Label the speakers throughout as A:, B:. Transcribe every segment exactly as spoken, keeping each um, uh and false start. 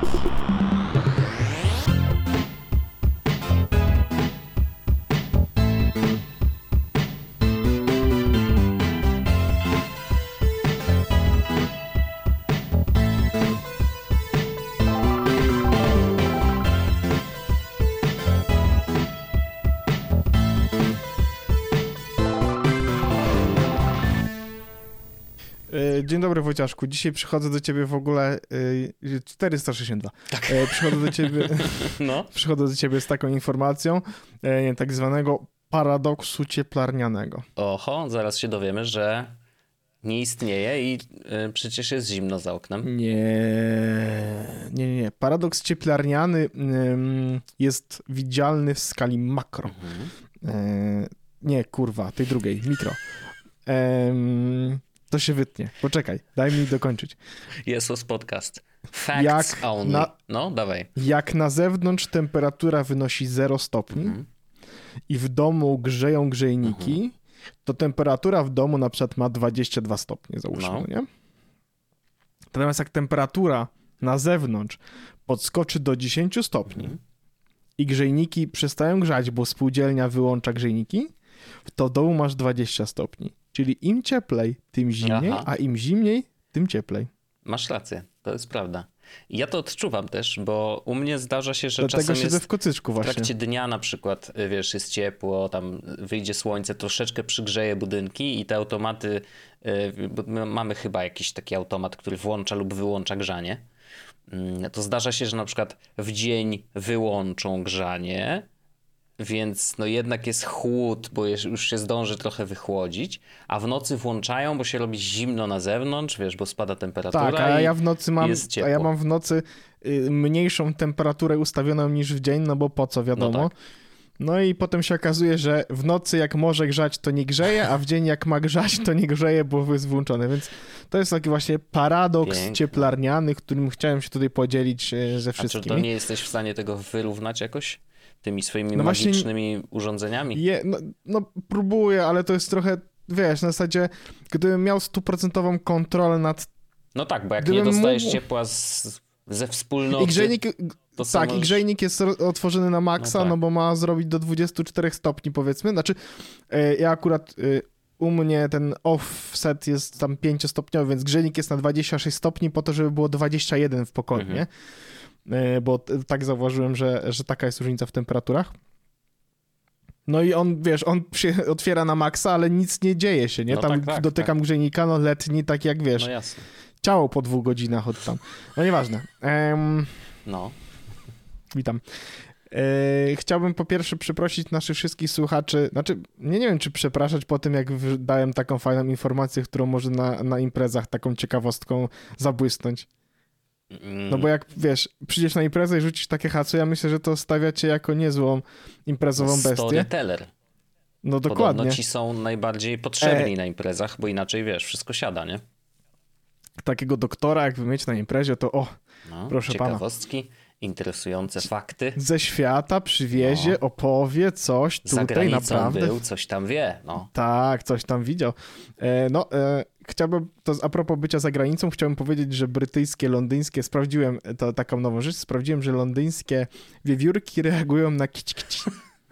A: Dzień dobry, Wojciaszku. Dzisiaj przychodzę do ciebie w ogóle yy, czterysta sześćdziesiąt dwa.
B: Tak.
A: Yy, przychodzę do ciebie
B: no.
A: przychodzę do ciebie z taką informacją yy, tak zwanego paradoksu cieplarnianego.
B: Oho, zaraz się dowiemy, że nie istnieje i yy, przecież jest zimno za oknem.
A: Nie, nie, nie. Paradoks cieplarniany yy, jest widzialny w skali makro. Mhm. Yy, nie, kurwa, tej drugiej, mikro. Yy, To się wytnie. Poczekaj, daj mi dokończyć.
B: Jesus Podcast. Facts
A: jak
B: only.
A: Na,
B: no, dawaj.
A: Jak na zewnątrz temperatura wynosi zero stopni mhm. i w domu grzeją grzejniki, mhm. to temperatura w domu na przykład ma dwadzieścia dwa stopnie, załóżmy, no. nie? Natomiast jak temperatura na zewnątrz podskoczy do dziesięć stopni mhm. i grzejniki przestają grzać, bo spółdzielnia wyłącza grzejniki, to w domu masz dwadzieścia stopni. Czyli im cieplej, tym zimniej, Aha. a im zimniej, tym cieplej.
B: Masz rację, to jest prawda. I ja to odczuwam też, bo u mnie zdarza się, że
A: Dlatego
B: czasem
A: siedzę
B: jest
A: w kocyczku właśnie.
B: W trakcie dnia na przykład, wiesz, jest ciepło, tam wyjdzie słońce, troszeczkę przygrzeje budynki i te automaty, bo my mamy chyba jakiś taki automat, który włącza lub wyłącza grzanie. To zdarza się, że na przykład w dzień wyłączą grzanie, więc no jednak jest chłód, bo już się zdąży trochę wychłodzić, a w nocy włączają, bo się robi zimno na zewnątrz, wiesz, bo spada temperatura.
A: Tak, a ja w nocy mam,
B: jest ciepło.
A: a ja mam w nocy y, mniejszą temperaturę ustawioną niż w dzień, no bo po co, wiadomo. No, tak. No i potem się okazuje, że w nocy jak może grzać, to nie grzeje, a w dzień jak ma grzać, to nie grzeje, bo jest włączony, więc to jest taki właśnie paradoks Piękne. cieplarniany, którym chciałem się tutaj podzielić ze wszystkimi.
B: A czy to nie jesteś w stanie tego wyrównać jakoś? Tymi swoimi no magicznymi właśnie, urządzeniami?
A: Je, no, no próbuję, ale to jest trochę, wiesz, na zasadzie, gdybym miał stuprocentową kontrolę nad...
B: No tak, bo jak nie dostajesz mógł... ciepła z, ze wspólnoty...
A: I grzejnik,
B: to
A: tak, możesz... i grzejnik jest otworzony na maksa, no, tak. no bo ma zrobić do dwudziestu czterech stopni, powiedzmy. Znaczy, yy, ja akurat... Yy, u mnie ten offset jest tam pięciostopniowy, więc grzejnik jest na dwadzieścia sześć stopni po to, żeby było dwadzieścia jeden w pokoju, mhm. nie? Bo tak zauważyłem, że, że taka jest różnica w temperaturach. No i on, wiesz, on się otwiera na maksa, ale nic nie dzieje się, nie?
B: No
A: tam
B: tak, tak,
A: dotykam tak. grzejnika, no letni, tak jak wiesz.
B: No jasne.
A: Ciało po dwóch godzinach od tam. No nieważne. Um,
B: no.
A: Witam. E, chciałbym po pierwsze przeprosić naszych wszystkich słuchaczy, znaczy nie, nie wiem, czy przepraszać po tym, jak dałem taką fajną informację, którą może na, na imprezach taką ciekawostką zabłysnąć. No bo jak, wiesz, przyjdziesz na imprezę i rzucisz takie hasło, ja myślę, że to stawia cię jako niezłą imprezową bestię.
B: Storyteller.
A: No dokładnie.
B: Podobno ci są najbardziej potrzebni e... na imprezach, bo inaczej, wiesz, wszystko siada, nie?
A: Takiego doktora, jakby mieć na imprezie, to o,
B: no,
A: proszę pana.
B: Ciekawostki, interesujące fakty.
A: Ze świata przywiezie, no. opowie coś tutaj
B: Za granicą
A: naprawdę.
B: był, coś tam wie, no.
A: Tak, coś tam widział. E, no, e, chciałbym, to a propos bycia za granicą, chciałbym powiedzieć, że brytyjskie, londyńskie, sprawdziłem to taką nową rzecz, sprawdziłem, że londyńskie wiewiórki reagują na kić kić.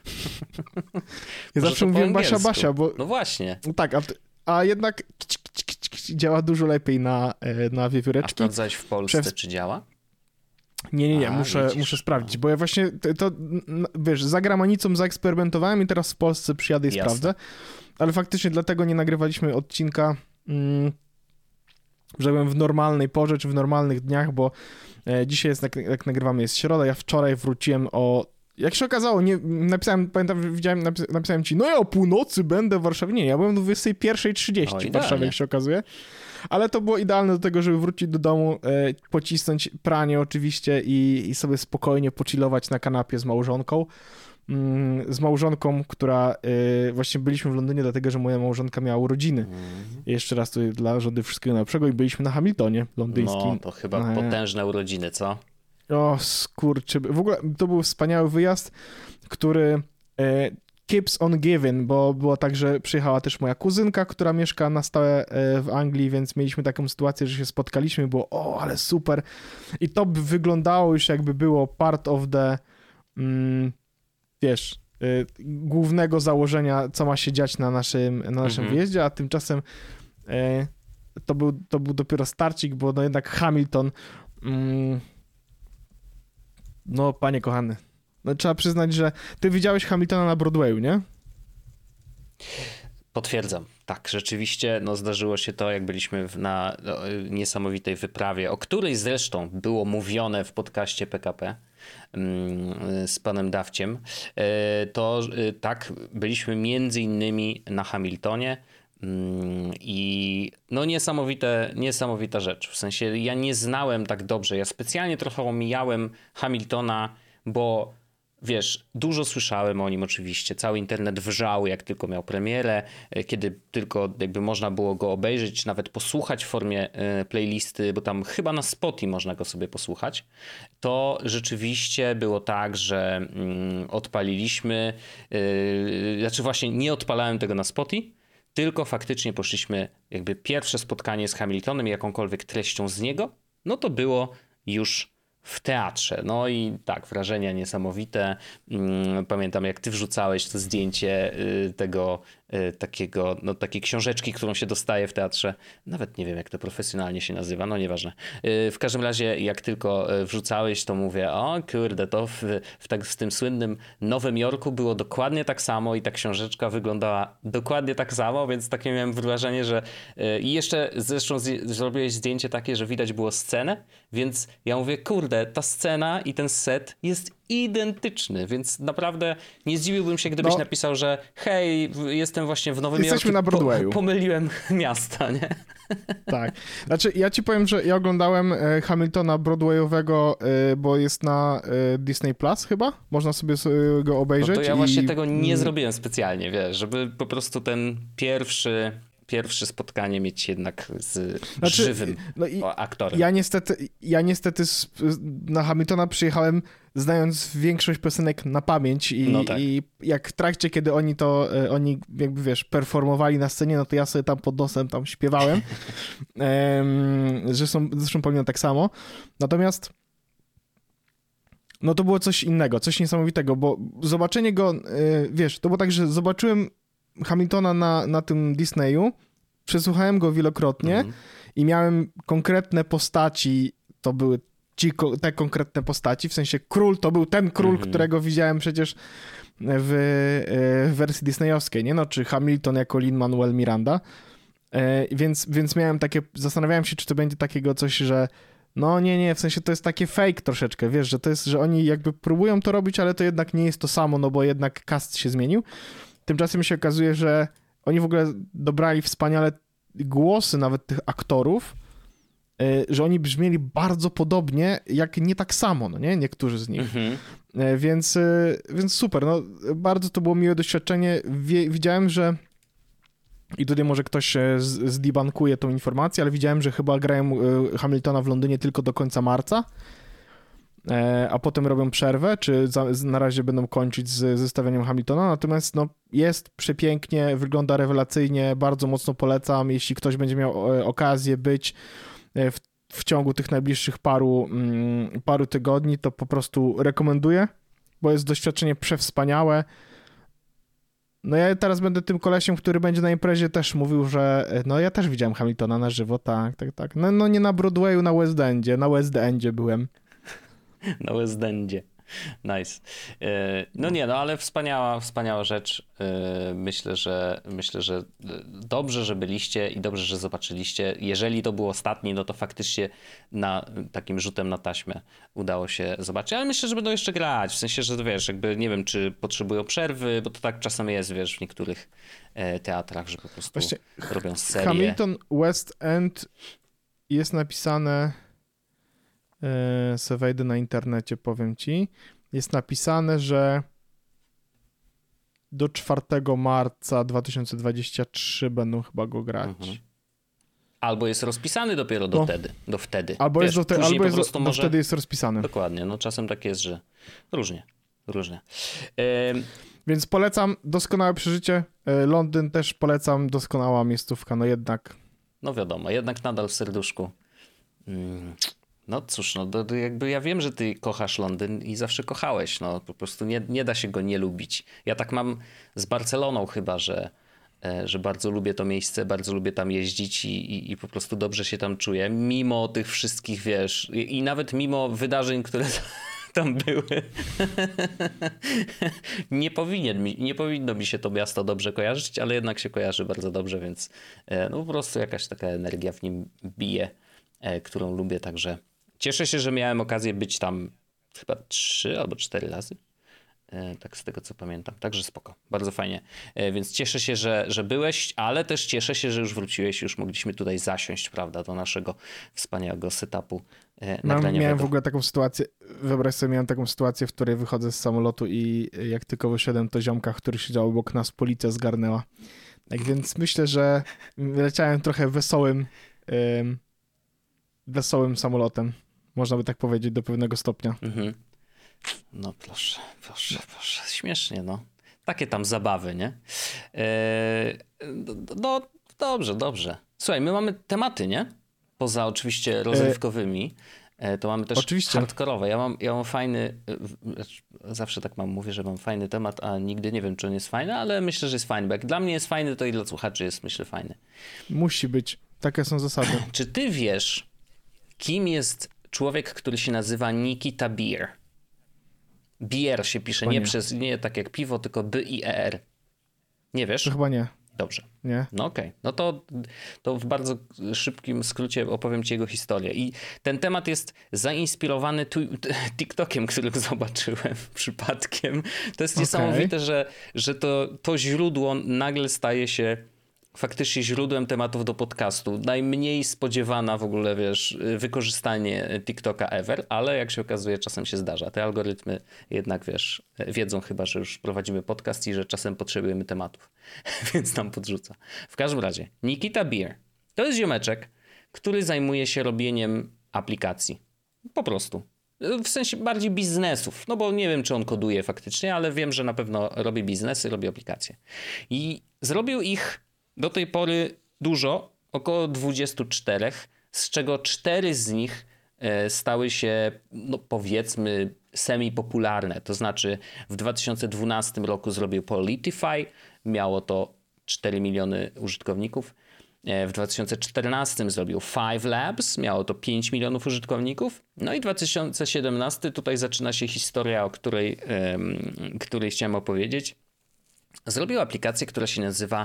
A: Ja zawsze mówiłem Basia Basia, bo...
B: No właśnie.
A: Tak, a, a jednak kić, kić, kić, kić działa dużo lepiej na, na wiewióreczki.
B: A sprawdzałeś w Polsce, Przez... czy działa?
A: Nie, nie, nie, A, muszę, muszę sprawdzić, bo ja właśnie to, to, wiesz, za granicą zaeksperymentowałem i teraz w Polsce przyjadę i Jasne. sprawdzę, ale faktycznie dlatego nie nagrywaliśmy odcinka, mm, że byłem w normalnej porze, czy w normalnych dniach, bo e, dzisiaj jest, jak, jak nagrywamy, jest środa, ja wczoraj wróciłem o, jak się okazało, nie, napisałem, pamiętam, widziałem, napis, napisałem ci, no ja o północy będę w Warszawie, nie, ja byłem o dwudziestej pierwszej trzydzieści w Warszawie, jak się okazuje. Ale to było idealne do tego, żeby wrócić do domu, e, pocisnąć pranie oczywiście i, i sobie spokojnie pochillować na kanapie z małżonką. Mm, z małżonką, która e, właśnie byliśmy w Londynie, dlatego że moja małżonka miała urodziny. Mm. Jeszcze raz tutaj dla żądy wszystkiego najlepszego i byliśmy na Hamiltonie londyńskim.
B: No, to chyba e... potężne urodziny, co?
A: O, skurczy. W ogóle to był wspaniały wyjazd, który... E, keeps on giving, bo było tak, że przyjechała też moja kuzynka, która mieszka na stałe w Anglii, więc mieliśmy taką sytuację, że się spotkaliśmy, było o, ale super. I to by wyglądało już jakby było part of the, mm, wiesz, y, głównego założenia, co ma się dziać na naszym, na naszym mhm. wyjeździe, a tymczasem y, to, był, to był dopiero starcik, bo no jednak Hamilton, mm, no panie kochany, no trzeba przyznać, że ty widziałeś Hamiltona na Broadwayu, nie?
B: Potwierdzam. Tak, rzeczywiście no, zdarzyło się to, jak byliśmy w, na no, niesamowitej wyprawie, o której zresztą było mówione w podcaście P K P mm, z panem Dawciem, to tak, byliśmy między innymi na Hamiltonie mm, i no niesamowite, niesamowita rzecz. W sensie ja nie znałem tak dobrze, ja specjalnie trochę omijałem Hamiltona, bo wiesz, dużo słyszałem o nim oczywiście, cały internet wrzał, jak tylko miał premierę, kiedy tylko jakby można było go obejrzeć, nawet posłuchać w formie playlisty, bo tam chyba na Spotify można go sobie posłuchać, to rzeczywiście było tak, że mm, odpaliliśmy, yy, znaczy właśnie nie odpalałem tego na Spotify, tylko faktycznie poszliśmy, jakby pierwsze spotkanie z Hamiltonem, jakąkolwiek treścią z niego, no to było już w teatrze. No i tak, wrażenia niesamowite. Pamiętam, jak ty wrzucałeś to zdjęcie tego takiego, no takiej książeczki, którą się dostaje w teatrze. Nawet nie wiem, jak to profesjonalnie się nazywa, no nieważne. W każdym razie, jak tylko wrzucałeś, to mówię, o kurde, to w, w, tak, w tym słynnym Nowym Jorku było dokładnie tak samo i ta książeczka wyglądała dokładnie tak samo, więc takie miałem wrażenie, że i jeszcze zresztą z, zrobiłeś zdjęcie takie, że widać było scenę, więc ja mówię, kurde, ta scena i ten set jest identyczny, więc naprawdę nie zdziwiłbym się, gdybyś no, napisał, że hej, jestem właśnie w Nowym
A: Jorku,
B: na
A: Broadwayu.
B: Po, pomyliłem miasta, nie?
A: Tak. Znaczy, ja ci powiem, że ja oglądałem Hamiltona Broadwayowego, bo jest na Disney Plus chyba. Można sobie go obejrzeć.
B: No to ja
A: i...
B: właśnie tego nie zrobiłem specjalnie, wiesz, żeby po prostu ten pierwszy... pierwsze spotkanie mieć jednak z znaczy, żywym no i aktorem.
A: Ja niestety, ja niestety na Hamiltona przyjechałem znając większość piosenek na pamięć i, no tak. i jak w trakcie, kiedy oni to, oni jakby wiesz, performowali na scenie, no to ja sobie tam pod nosem tam śpiewałem. um, zresztą, zresztą pamiętam tak samo. Natomiast no to było coś innego, coś niesamowitego, bo zobaczenie go, wiesz, to było tak, że zobaczyłem Hamiltona na, na tym Disneyu, przesłuchałem go wielokrotnie mm. i miałem konkretne postaci, to były ci, te konkretne postaci, w sensie król to był ten król, mm-hmm. którego widziałem przecież w, w wersji disneyowskiej, nie? No, czy Hamilton jako Lin-Manuel Miranda, więc, więc miałem takie, zastanawiałem się, czy to będzie takiego coś, że no nie, nie, w sensie to jest takie fake troszeczkę, wiesz, że to jest, że oni jakby próbują to robić, ale to jednak nie jest to samo, no bo jednak cast się zmienił. Tymczasem się okazuje, że oni w ogóle dobrali wspaniale głosy nawet tych aktorów, że oni brzmieli bardzo podobnie, jak nie tak samo, no nie? Niektórzy z nich. Mhm. Więc, więc super, no bardzo to było miłe doświadczenie. Widziałem, że i tutaj może ktoś zdebankuje tą informację, ale widziałem, że chyba grają Hamiltona w Londynie tylko do końca marca, a potem robią przerwę, czy za, na razie będą kończyć z zestawieniem Hamiltona, natomiast no, jest przepięknie, wygląda rewelacyjnie, bardzo mocno polecam, jeśli ktoś będzie miał okazję być w, w ciągu tych najbliższych paru, mm, paru tygodni, to po prostu rekomenduję, bo jest doświadczenie przewspaniałe. No ja teraz będę tym kolesiem, który będzie na imprezie też mówił, że no ja też widziałem Hamiltona na żywo, tak, tak, tak. No, no nie na Broadwayu, na West Endzie, na West Endzie byłem.
B: Na West Endzie. Nice. No nie, no ale wspaniała, wspaniała rzecz. Myślę, że myślę, że dobrze, że byliście i dobrze, że zobaczyliście. Jeżeli to był ostatni, no to faktycznie na takim rzutem na taśmę udało się zobaczyć. Ale myślę, że będą jeszcze grać. W sensie, że wiesz, jakby nie wiem, czy potrzebują przerwy, bo to tak czasem jest, wiesz, w niektórych teatrach, że po prostu Właśnie robią serię.
A: Hamilton West End jest napisane... se wejdę na internecie, powiem ci, jest napisane, że do czwartego marca dwa tysiące dwudziestego trzeciego będą chyba go grać. Mhm.
B: Albo jest rozpisany dopiero do no. wtedy. Do wtedy.
A: Albo, Wiesz, jest, do te, albo jest do, może... do wtedy jest rozpisany.
B: Dokładnie, no czasem tak jest, że różnie, różnie.
A: Więc polecam, doskonałe przeżycie. Londyn też polecam, doskonała miejscówka, no jednak.
B: No wiadomo, jednak nadal w serduszku. No cóż, no do, do jakby ja wiem, że ty kochasz Londyn i zawsze kochałeś, no po prostu nie, nie da się go nie lubić. Ja tak mam z Barceloną chyba, że, że bardzo lubię to miejsce, bardzo lubię tam jeździć i, i, i po prostu dobrze się tam czuję, mimo tych wszystkich, wiesz, i, i nawet mimo wydarzeń, które tam były. nie, powinien mi, nie powinno mi się to miasto dobrze kojarzyć, ale jednak się kojarzy bardzo dobrze, więc no po prostu jakaś taka energia w nim bije, którą lubię, także cieszę się, że miałem okazję być tam chyba trzy albo cztery razy. Tak z tego co pamiętam. Także spoko. Bardzo fajnie. Więc cieszę się, że, że byłeś, ale też cieszę się, że już wróciłeś. Już mogliśmy tutaj zasiąść, prawda, do naszego wspaniałego setupu nagraniowego.
A: Miałem w ogóle taką sytuację, wyobraź sobie, miałem taką sytuację, w której wychodzę z samolotu i jak tylko wyszedłem, to ziomka, który siedział obok nas, policja zgarnęła. Tak więc myślę, że leciałem trochę wesołym ym, wesołym samolotem. Można by tak powiedzieć, do pewnego stopnia. Mhm.
B: No proszę, proszę, proszę. Śmiesznie, no. Takie tam zabawy, nie? Eee, no dobrze, dobrze. Słuchaj, my mamy tematy, nie? Poza oczywiście rozrywkowymi. E, to mamy też
A: oczywiście.
B: hardkorowe. Ja mam, ja mam fajny, zawsze tak mam, mówię, że mam fajny temat, a nigdy nie wiem, czy on jest fajny, ale myślę, że jest fajny, bo jak dla mnie jest fajny, to i dla słuchaczy jest, myślę, fajny.
A: Musi być. Takie są zasady.
B: Czy ty wiesz, kim jest człowiek, który się nazywa Nikita Beer? Beer się pisze, nie, nie przez, nie tak jak piwo, tylko B I E R. Nie wiesz?
A: To chyba nie.
B: Dobrze.
A: Nie.
B: No okej. Okay. No to, to w bardzo szybkim skrócie opowiem ci jego historię. I ten temat jest zainspirowany tu, TikTokiem, który zobaczyłem przypadkiem. To jest okay. niesamowite, że, że to, to źródło nagle staje się faktycznie źródłem tematów do podcastu. Najmniej spodziewana w ogóle, wiesz, wykorzystanie TikToka ever, ale jak się okazuje, czasem się zdarza. Te algorytmy jednak, wiesz, wiedzą chyba, że już prowadzimy podcast i że czasem potrzebujemy tematów, więc nam podrzuca. W każdym razie, Nikita Beer to jest ziomeczek, który zajmuje się robieniem aplikacji. Po prostu. W sensie bardziej biznesów, no bo nie wiem, czy on koduje faktycznie, ale wiem, że na pewno robi biznesy, robi aplikacje. I zrobił ich do tej pory dużo, około dwadzieścia cztery, z czego cztery z nich stały się, no powiedzmy, semi-popularne. To znaczy w dwa tysiące dwunastym roku zrobił Politify, miało to cztery miliony użytkowników. W dwa tysiące czternastym zrobił Five Labs, miało to pięć milionów użytkowników. No i dwa tysiące siedemnasty, tutaj zaczyna się historia, o której, um, której chciałem opowiedzieć. Zrobił aplikację, która się nazywa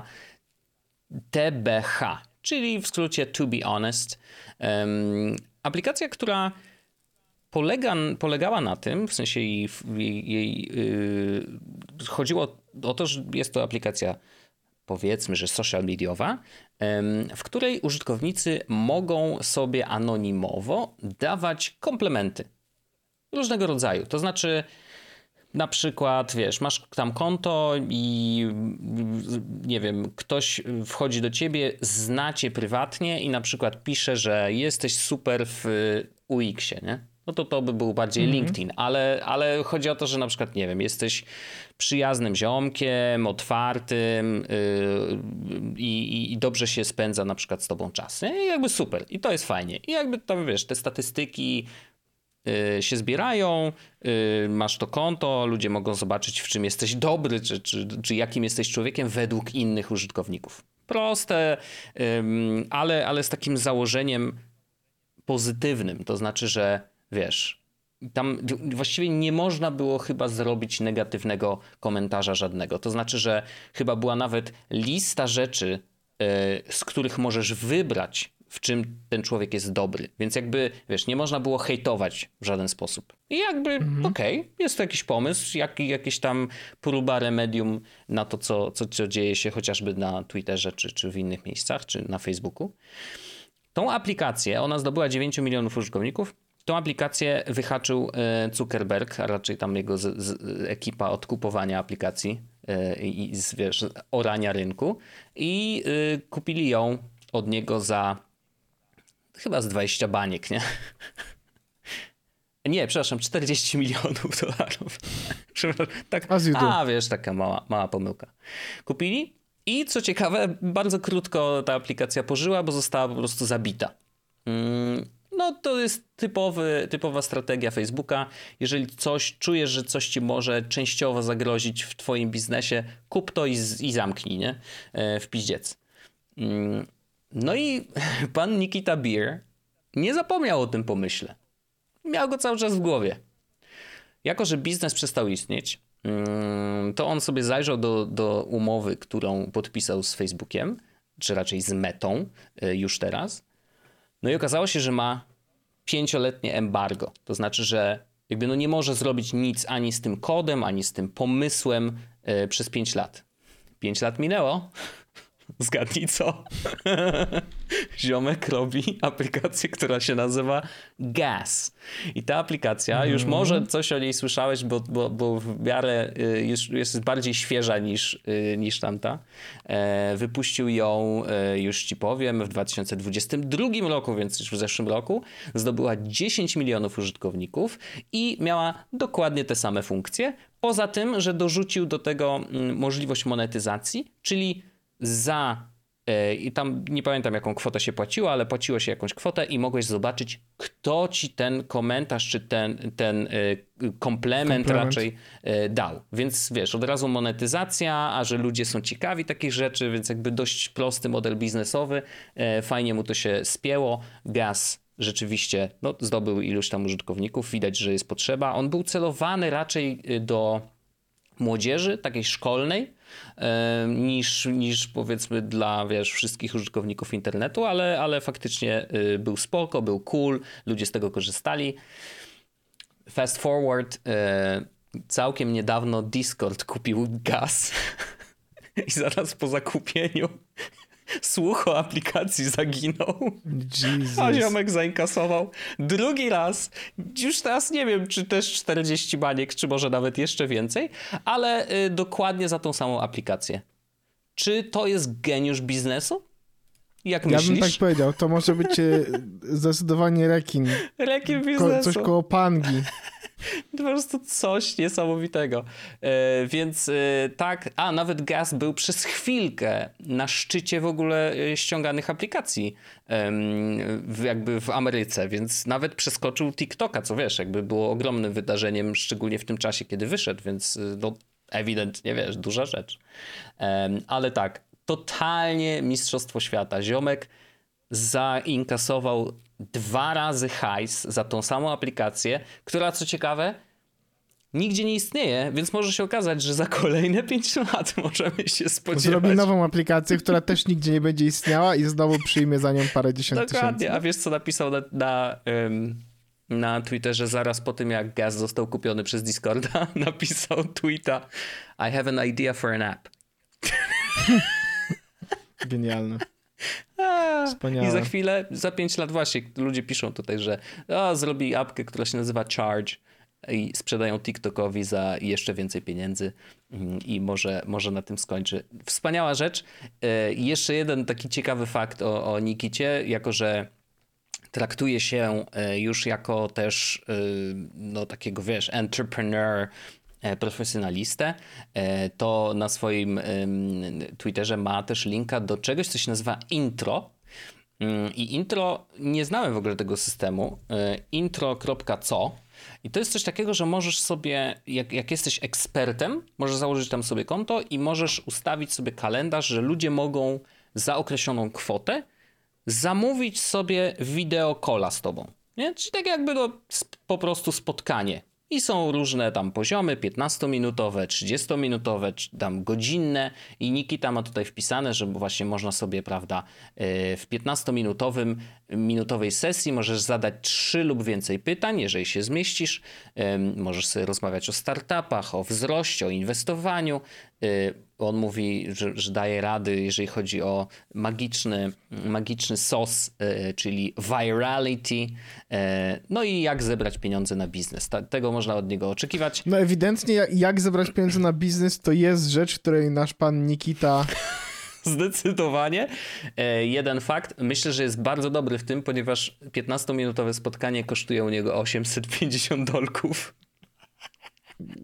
B: T B H, czyli w skrócie To Be Honest. Um, aplikacja, która polega, polegała na tym, w sensie jej, jej, jej yy, chodziło o to, że jest to aplikacja, powiedzmy, że social mediowa, w której użytkownicy mogą sobie anonimowo dawać komplementy różnego rodzaju. To znaczy, na przykład, wiesz, masz tam konto i nie wiem, ktoś wchodzi do ciebie, zna cię prywatnie i na przykład pisze, że jesteś super w U X-ie, nie? No to to by był bardziej mm-hmm. LinkedIn, ale, ale chodzi o to, że na przykład, nie wiem, jesteś przyjaznym ziomkiem, otwartym yy, i, i dobrze się spędza na przykład z tobą czas. Nie? I jakby super. I to jest fajnie. I jakby tam, wiesz, te statystyki yy, się zbierają, yy, masz to konto, ludzie mogą zobaczyć, w czym jesteś dobry, czy, czy, czy jakim jesteś człowiekiem według innych użytkowników. Proste, yy, ale, ale z takim założeniem pozytywnym. To znaczy, że wiesz, tam właściwie nie można było chyba zrobić negatywnego komentarza żadnego. To znaczy, że chyba była nawet lista rzeczy, yy, z których możesz wybrać, w czym ten człowiek jest dobry. Więc jakby, wiesz, nie można było hejtować w żaden sposób. I jakby, mhm. okej, okay, jest to jakiś pomysł, jak, jakieś tam próba remedium na to, co, co, co dzieje się chociażby na Twitterze, czy, czy w innych miejscach, czy na Facebooku. Tą aplikację, ona zdobyła dziewięć milionów użytkowników. Tą aplikację wyhaczył Zuckerberg, a raczej tam jego z, z, ekipa od kupowania aplikacji i, i z, wiesz, orania rynku. I y, kupili ją od niego za chyba z dwadzieścia baniek, nie? Nie, przepraszam, czterdzieści milionów dolarów. tak, a wiesz, taka mała, mała pomyłka. Kupili i co ciekawe, bardzo krótko ta aplikacja pożyła, bo została po prostu zabita. No to jest typowy, typowa strategia Facebooka. Jeżeli coś czujesz, że coś ci może częściowo zagrozić w twoim biznesie, kup to i, z, i zamknij, nie? W piździec. No i pan Nikita Beer nie zapomniał o tym pomyśle. Miał go cały czas w głowie. Jako że biznes przestał istnieć, to on sobie zajrzał do, do umowy, którą podpisał z Facebookiem, czy raczej z Metą już teraz. No i okazało się, że ma pięcioletnie embargo. To znaczy, że jakby no nie może zrobić nic ani z tym kodem, ani z tym pomysłem yy, przez pięć lat. Pięć lat minęło. Zgadnij co? Ziomek robi aplikację, która się nazywa Gas. I ta aplikacja, mm. już może coś o niej słyszałeś, bo, bo, bo w miarę y, jest, jest bardziej świeża niż, y, niż tamta. E, wypuścił ją, y, już ci powiem, w dwa tysiące dwudziestym drugim roku, więc już w zeszłym roku. Zdobyła dziesięć milionów użytkowników i miała dokładnie te same funkcje. Poza tym, że dorzucił do tego y, możliwość monetyzacji, czyli za, yy, i tam nie pamiętam jaką kwotę się płaciło, ale płaciło się jakąś kwotę i mogłeś zobaczyć, kto ci ten komentarz czy ten, ten yy, komplement, komplement raczej yy, dał. Więc wiesz, od razu monetyzacja, a że ludzie są ciekawi takich rzeczy, więc jakby dość prosty model biznesowy. Yy, fajnie mu to się spięło. Gas rzeczywiście no, zdobył iluś tam użytkowników, widać, że jest potrzeba. On był celowany raczej do młodzieży, takiej szkolnej, e, niż, niż powiedzmy dla, wiesz, wszystkich użytkowników internetu, ale, ale faktycznie y, był spoko, był cool, ludzie z tego korzystali. Fast forward, e, całkiem niedawno Discord kupił Gas i zaraz po zakupieniu słuch o aplikacji zaginął.
A: Jesus.
B: A ziomek zainkasował drugi raz. Już teraz nie wiem, czy też czterdzieści baniek, czy może nawet jeszcze więcej, ale y, dokładnie za tą samą aplikację. Czy to jest geniusz biznesu? Jak myślisz?
A: Ja bym tak powiedział. To może być y, zdecydowanie rekin.
B: Rekin biznesu.
A: Ko- coś koło Pangi.
B: Po prostu coś niesamowitego. E, więc e, tak, a nawet Gas był przez chwilkę na szczycie w ogóle ściąganych aplikacji e, w, jakby w Ameryce, więc nawet przeskoczył TikToka, co wiesz, jakby było ogromnym wydarzeniem, szczególnie w tym czasie, kiedy wyszedł, więc no ewidentnie, wiesz, duża rzecz. E, ale tak, totalnie mistrzostwo świata. Ziomek zainkasował dwa razy hajs za tą samą aplikację, która co ciekawe nigdzie nie istnieje, więc może się okazać, że za kolejne pięć lat możemy się spodziewać.
A: Zrobi nową aplikację, która też nigdzie nie będzie istniała i znowu przyjmie za nią parę dziesiąt tysięcy.
B: Dokładnie, a wiesz co napisał na, na, um, na Twitterze zaraz po tym, jak Gas został kupiony przez Discorda? Napisał tweeta: I have an idea for an app.
A: Genialne.
B: Wspaniałe. I za chwilę, za pięć lat właśnie ludzie piszą tutaj, że o, zrobi apkę, która się nazywa Charge i sprzedają TikTokowi za jeszcze więcej pieniędzy i może, może na tym skończy. Wspaniała rzecz. I jeszcze jeden taki ciekawy fakt o, o Nikicie, jako że traktuje się już jako też no takiego, wiesz, entrepreneur, profesjonalistę, to na swoim Twitterze ma też linka do czegoś, co się nazywa Intro. I Intro, nie znałem w ogóle tego systemu, intro kropka co i to jest coś takiego, że możesz sobie, jak, jak jesteś ekspertem, możesz założyć tam sobie konto i możesz ustawić sobie kalendarz, że ludzie mogą za określoną kwotę zamówić sobie wideo calla z tobą. Nie? Czyli tak jakby to po prostu spotkanie. I są różne tam poziomy, piętnastominutowe, trzydziestominutowe, czy tam godzinne i Nikita ma tutaj wpisane, że właśnie można sobie, prawda, w piętnastominutowym minutowej sesji możesz zadać trzy lub więcej pytań, jeżeli się zmieścisz. Możesz sobie rozmawiać o startupach, o wzroście, o inwestowaniu. On mówi, że, że daje rady, jeżeli chodzi o magiczny, magiczny sos, czyli virality, no i jak zebrać pieniądze na biznes. Tego można od niego oczekiwać.
A: No ewidentnie jak zebrać pieniądze na biznes to jest rzecz, której nasz pan Nikita...
B: Zdecydowanie. Jeden fakt, myślę, że jest bardzo dobry w tym, ponieważ piętnastominutowe spotkanie kosztuje u niego osiemset pięćdziesiąt dolków.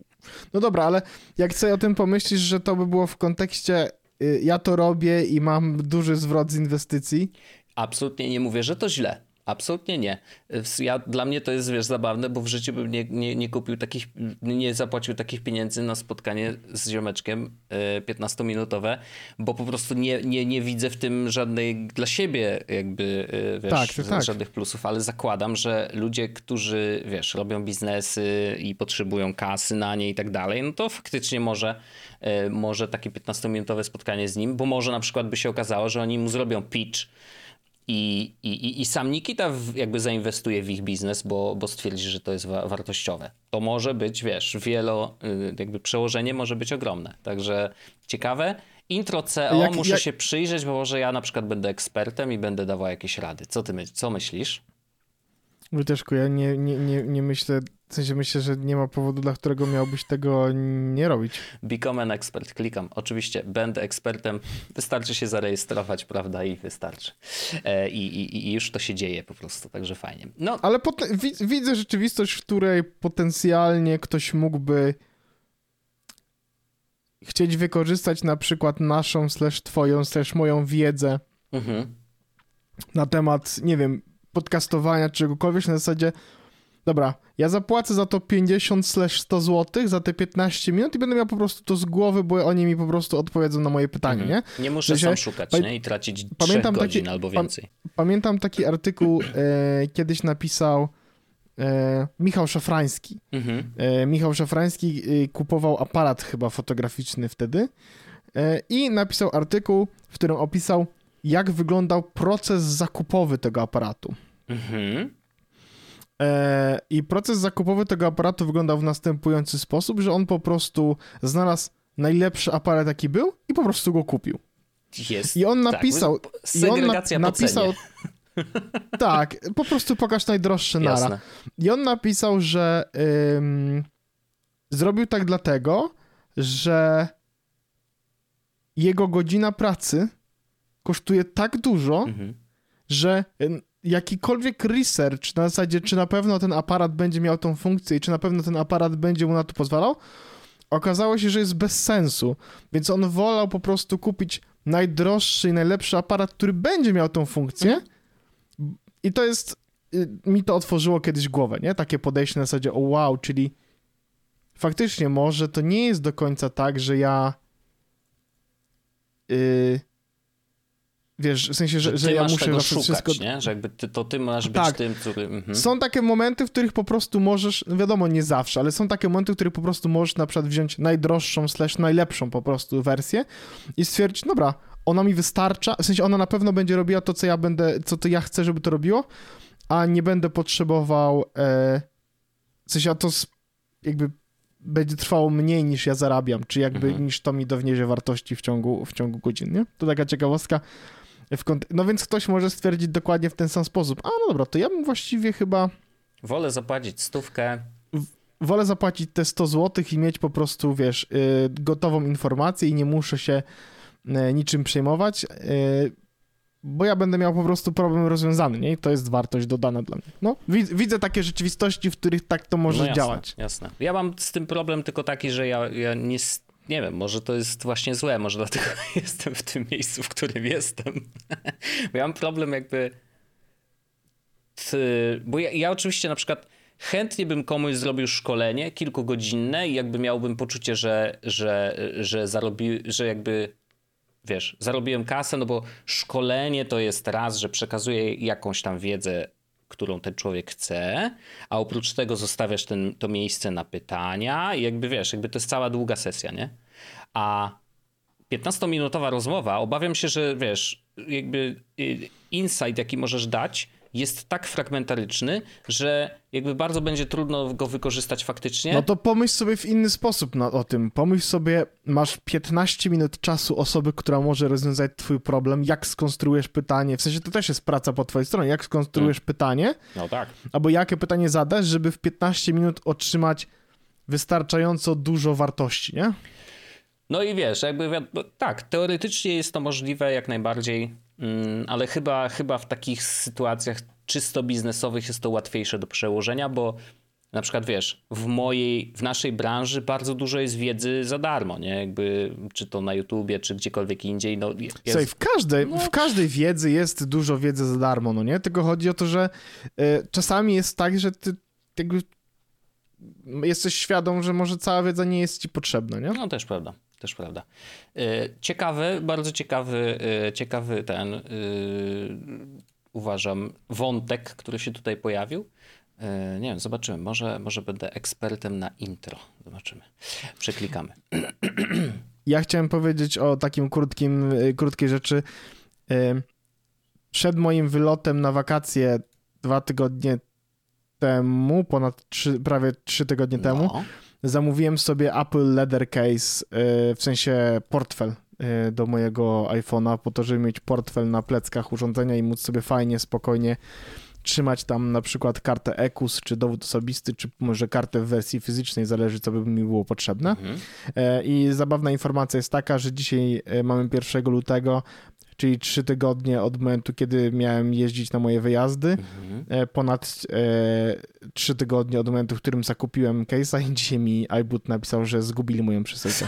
A: No dobra, ale jak sobie o tym pomyślisz, że to by było w kontekście y, ja to robię i mam duży zwrot z inwestycji?
B: Absolutnie nie mówię, że to źle. Absolutnie nie. Ja, dla mnie to jest, wiesz, zabawne, bo w życiu bym nie, nie, nie kupił takich, nie zapłacił takich pieniędzy na spotkanie z ziomeczkiem piętnastominutowe, bo po prostu nie, nie, nie widzę w tym żadnej dla siebie jakby, wiesz,
A: tak, to tak.
B: żadnych plusów, ale zakładam, że ludzie, którzy, wiesz, robią biznesy i potrzebują kasy na nie i tak dalej, no to faktycznie może, może takie piętnastominutowe spotkanie z nim, bo może na przykład by się okazało, że oni mu zrobią pitch, I, i, I sam Nikita w, jakby zainwestuje w ich biznes, bo, bo stwierdzi, że to jest wa- wartościowe. To może być, wiesz, wielo, jakby przełożenie może być ogromne. Także ciekawe. Intro C O jak, muszę jak... się przyjrzeć, bo może ja na przykład będę ekspertem i będę dawał jakieś rady. Co ty my, co myślisz?
A: Wojteczku, ja nie, nie, nie, nie myślę, w sensie myślę, że nie ma powodu, dla którego miałbyś tego nie robić.
B: Become an expert, klikam. Oczywiście będę ekspertem, wystarczy się zarejestrować, prawda, i wystarczy. E, i, i, I już to się dzieje po prostu, także fajnie. No.
A: Ale poten- wi- widzę rzeczywistość, w której potencjalnie ktoś mógłby chcieć wykorzystać na przykład naszą, slash twoją, slash moją wiedzę mhm. na temat, nie wiem, podcastowania, czegokolwiek na zasadzie, dobra, ja zapłacę za to pięćdziesiąt slash sto złotych za te piętnaście minut i będę miał po prostu to z głowy, bo oni mi po prostu odpowiedzą na moje pytanie, mhm. nie?
B: Nie muszę sam szukać, pa- nie? I tracić trzech godzin albo więcej.
A: Pa- pamiętam taki artykuł, e, kiedyś napisał e, Michał Szafrański. Mhm. E, Michał Szafrański e, kupował aparat chyba fotograficzny wtedy e, i napisał artykuł, w którym opisał, jak wyglądał proces zakupowy tego aparatu. Mhm. E, I proces zakupowy tego aparatu wyglądał w następujący sposób, że on po prostu znalazł najlepszy aparat, jaki był i po prostu go kupił.
B: Jest.
A: I on napisał...
B: Tak, segregacja
A: i on na,
B: po cenie.
A: napisał, tak, po prostu pokaż najdroższe nara.
B: Jasne.
A: I on napisał, że ym, zrobił tak dlatego, że jego godzina pracy kosztuje tak dużo, mhm. że jakikolwiek research na zasadzie, czy na pewno ten aparat będzie miał tą funkcję i czy na pewno ten aparat będzie mu na to pozwalał, okazało się, że jest bez sensu. Więc on wolał po prostu kupić najdroższy i najlepszy aparat, który będzie miał tą funkcję mhm. i to jest, mi to otworzyło kiedyś głowę, nie? Takie podejście na zasadzie, o wow, czyli faktycznie może to nie jest do końca tak, że ja yy, wiesz, w sensie, że,
B: że,
A: że ja muszę
B: tego
A: szukać,
B: wszystko... nie? Że jakby ty, to ty masz być
A: tak.
B: tym, który... Mhm.
A: Są takie momenty, w których po prostu możesz, no wiadomo, nie zawsze, ale są takie momenty, w których po prostu możesz na przykład wziąć najdroższą slash najlepszą po prostu wersję i stwierdzić, dobra, ona mi wystarcza, w sensie ona na pewno będzie robiła to, co ja będę, co to ja chcę, żeby to robiło, a nie będę potrzebował, e, w sensie, a to jakby będzie trwało mniej niż ja zarabiam, czy jakby mhm. niż to mi downiesie wartości w ciągu, w ciągu godzin, nie? To taka ciekawostka. W kont- no więc ktoś może stwierdzić dokładnie w ten sam sposób. A no dobra, to ja bym właściwie chyba...
B: Wolę zapłacić stówkę.
A: W- wolę zapłacić te sto złotych i mieć po prostu, wiesz, yy, gotową informację i nie muszę się yy, niczym przejmować, yy, bo ja będę miał po prostu problem rozwiązany, nie? I to jest wartość dodana dla mnie. No, wid- widzę takie rzeczywistości, w których tak to może
B: no jasne,
A: działać.
B: Jasne. Ja mam z tym problem tylko taki, że ja, ja nie... Nie wiem, może to jest właśnie złe, może dlatego jestem w tym miejscu, w którym jestem. Bo ja mam problem jakby... Ty, bo ja, ja oczywiście na przykład chętnie bym komuś zrobił szkolenie kilkugodzinne i jakby miałbym poczucie, że, że, że, zarobi, że jakby, wiesz, zarobiłem kasę, no bo szkolenie to jest raz, że przekazuję jakąś tam wiedzę, którą ten człowiek chce, a oprócz tego zostawiasz ten, to miejsce na pytania i jakby wiesz, jakby to jest cała długa sesja, nie? A piętnastominutowa rozmowa, obawiam się, że wiesz, jakby insight, jaki możesz dać, jest tak fragmentaryczny, że jakby bardzo będzie trudno go wykorzystać faktycznie.
A: No to pomyśl sobie w inny sposób na, o tym. Pomyśl sobie, masz piętnaście minut czasu osoby, która może rozwiązać twój problem, jak skonstruujesz pytanie, w sensie to też jest praca po twojej stronie, jak skonstruujesz hmm. pytanie,
B: no tak.
A: albo jakie pytanie zadasz, żeby w piętnaście minut otrzymać wystarczająco dużo wartości, nie?
B: No i wiesz, jakby tak, teoretycznie jest to możliwe jak najbardziej, ale chyba, chyba w takich sytuacjach czysto biznesowych jest to łatwiejsze do przełożenia, bo Na przykład, wiesz, w mojej, w naszej branży bardzo dużo jest wiedzy za darmo, nie? Jakby, czy to na YouTubie, czy gdziekolwiek indziej, no jest...
A: Słuchaj, w każdej, no... w każdej wiedzy jest dużo wiedzy za darmo, no nie? Tylko chodzi o to, że y, czasami jest tak, że ty jakby jesteś świadom, że może cała wiedza nie jest ci potrzebna, nie?
B: No też prawda, też prawda. Ciekawy, bardzo ciekawy, ciekawy ten, uważam, wątek, który się tutaj pojawił. Nie wiem, zobaczymy. Może, może będę ekspertem na intro. Zobaczymy. Przeklikamy.
A: Ja chciałem powiedzieć o takim krótkim, krótkiej rzeczy. Przed moim wylotem na wakacje dwa tygodnie temu, ponad trzy, prawie trzy tygodnie no. temu, zamówiłem sobie Apple Leather Case, w sensie portfel do mojego iPhone'a, po to, żeby mieć portfel na pleckach urządzenia i móc sobie fajnie, spokojnie trzymać tam na przykład kartę E K U S, czy dowód osobisty, czy może kartę w wersji fizycznej, zależy co by mi było potrzebne. Mhm. I zabawna informacja jest taka, że dzisiaj mamy pierwszego lutego, czyli trzy tygodnie od momentu, kiedy miałem jeździć na moje wyjazdy, mhm. ponad trzy tygodnie od momentu, w którym zakupiłem case'a i dzisiaj mi iBoot napisał, że zgubili moją przesyłkę.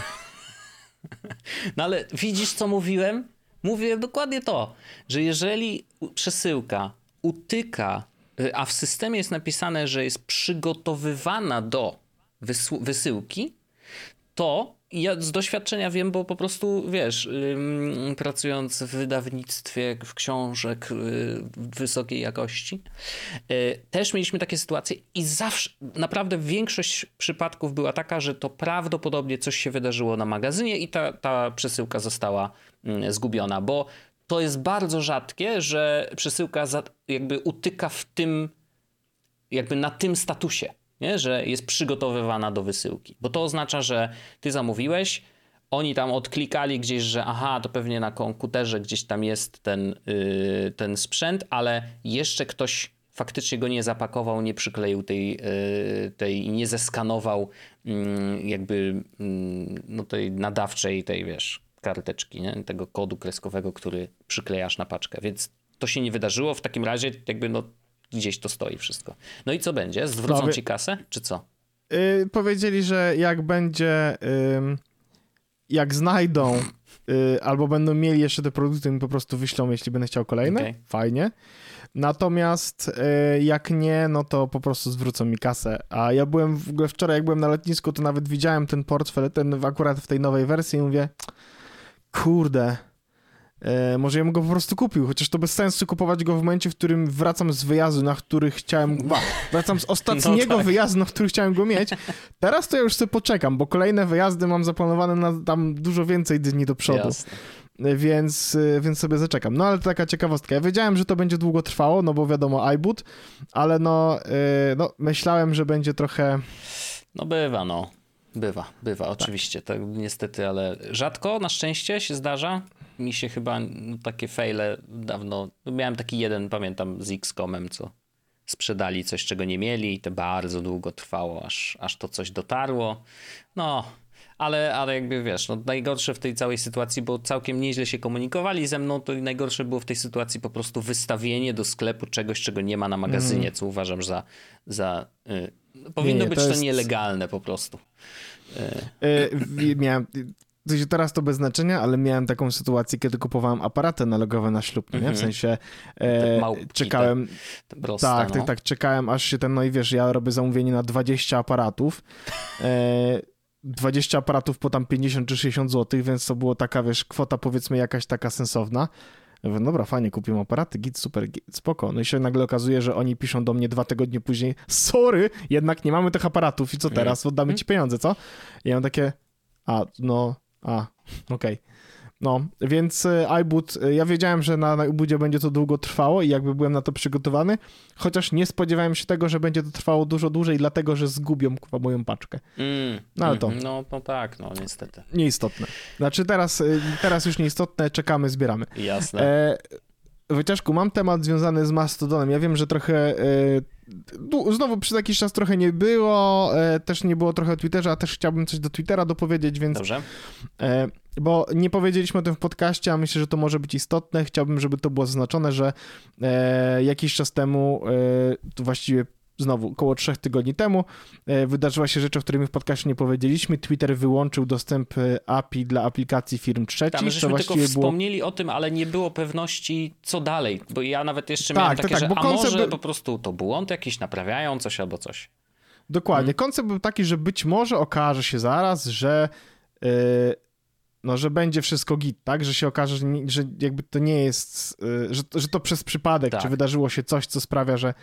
B: No ale widzisz, co mówiłem? Mówiłem dokładnie to, że jeżeli przesyłka utyka, a w systemie jest napisane, że jest przygotowywana do wysyłki, to ja z doświadczenia wiem, bo po prostu, wiesz, yy, pracując w wydawnictwie, w książek yy, wysokiej jakości, yy, też mieliśmy takie sytuacje i zawsze, naprawdę większość przypadków była taka, że to prawdopodobnie coś się wydarzyło na magazynie i ta, ta przesyłka została yy, zgubiona, bo to jest bardzo rzadkie, że przesyłka za, jakby utyka w tym, jakby na tym statusie. Nie? Że jest przygotowywana do wysyłki. Bo to oznacza, że ty zamówiłeś, oni tam odklikali gdzieś, że aha, to pewnie na komputerze gdzieś tam jest ten, yy, ten sprzęt, ale jeszcze ktoś faktycznie go nie zapakował, nie przykleił tej, yy, tej nie zeskanował yy, jakby yy, no tej nadawczej, tej wiesz, karteczki, nie? Tego kodu kreskowego, który przyklejasz na paczkę. Więc to się nie wydarzyło. W takim razie jakby no gdzieś to stoi wszystko. No i co będzie? Zwrócą no, ci kasę, czy co?
A: Yy, powiedzieli, że jak będzie, yy, jak znajdą yy, albo będą mieli jeszcze te produkty, mi po prostu wyślą, jeśli będę chciał kolejne. Okay. Fajnie. Natomiast yy, jak nie, no to po prostu zwrócą mi kasę. A ja byłem w ogóle wczoraj, jak byłem na lotnisku, to nawet widziałem ten portfel, ten akurat w tej nowej wersji i mówię, kurde, E, może ja bym go po prostu kupił, chociaż to bez sensu kupować go w momencie, w którym wracam z wyjazdu, na który chciałem... Wracam z ostatniego no tak. wyjazdu, na który chciałem go mieć. Teraz to ja już sobie poczekam, bo kolejne wyjazdy mam zaplanowane na tam dużo więcej dni do przodu. Jasne. Więc, więc sobie zaczekam. No ale to taka ciekawostka. Ja wiedziałem, że to będzie długo trwało, no bo wiadomo iBoot, ale no, yy, no myślałem, że będzie trochę...
B: No bywa, no. Bywa, bywa, oczywiście. Tak. To niestety, ale rzadko, na szczęście się zdarza. Mi się chyba no, takie fejle dawno... Miałem taki jeden, pamiętam, z X COMem, co sprzedali coś, czego nie mieli i to bardzo długo trwało, aż, aż to coś dotarło. No, ale, ale jakby wiesz, no, najgorsze w tej całej sytuacji, bo całkiem nieźle się komunikowali ze mną, to najgorsze było w tej sytuacji po prostu wystawienie do sklepu czegoś, czego nie ma na magazynie, mm. co uważam za... za yy, no, powinno nie, nie, być to, jest... to nielegalne po prostu.
A: Yy. Yy, miałem... Teraz to bez znaczenia, ale miałem taką sytuację, kiedy kupowałem aparaty analogowe na ślub, no nie? W sensie e, małpki, czekałem, te, te proste, tak, no. tak, tak, czekałem aż się ten, no i wiesz, ja robię zamówienie na dwadzieścia aparatów, e, dwadzieścia aparatów po tam pięćdziesiąt czy sześćdziesiąt złotych, więc to było taka, wiesz, kwota powiedzmy jakaś taka sensowna. Ja mówię, dobra, fajnie, kupiłem aparaty, git, super, git, spoko. No i się nagle okazuje, że oni piszą do mnie dwa tygodnie później, sorry, jednak nie mamy tych aparatów i co teraz? Oddamy ci pieniądze, co? I ja mam takie, a, no... A, okej. Okay. No, więc iBoot, ja wiedziałem, że na, na iBootie będzie to długo trwało i jakby byłem na to przygotowany, chociaż nie spodziewałem się tego, że będzie to trwało dużo dłużej, dlatego, że zgubią kwa moją paczkę. Mm, no ale to...
B: No, no tak, no niestety.
A: Nieistotne. Znaczy teraz, teraz już nieistotne, czekamy, zbieramy.
B: Jasne.
A: E, Wojciaszku, mam temat związany z Mastodonem. Ja wiem, że trochę... E, znowu przez jakiś czas trochę nie było, e, też nie było trochę o Twitterze, a też chciałbym coś do Twittera dopowiedzieć, więc...
B: Dobrze.
A: E, bo nie powiedzieliśmy o tym w podcaście, a myślę, że to może być istotne. Chciałbym, żeby to było zaznaczone, że e, jakiś czas temu, e, to właściwie znowu około trzech tygodni temu wydarzyła się rzecz, o której my w podcastie nie powiedzieliśmy. Twitter wyłączył dostęp A P I dla aplikacji firm trzecich.
B: Tam, żeśmy tylko wspomnieli było... o tym, ale nie było pewności, co dalej, bo ja nawet jeszcze tak, miałem takie, tak, że a może był... po prostu to błąd jakiś, naprawiają coś albo coś.
A: Dokładnie. Hmm. Koncept był taki, że być może okaże się zaraz, że yy, no, że będzie wszystko git, tak? Że się okaże, że, nie, że jakby to nie jest, yy, że, że to przez przypadek, tak. Czy wydarzyło się coś, co sprawia, że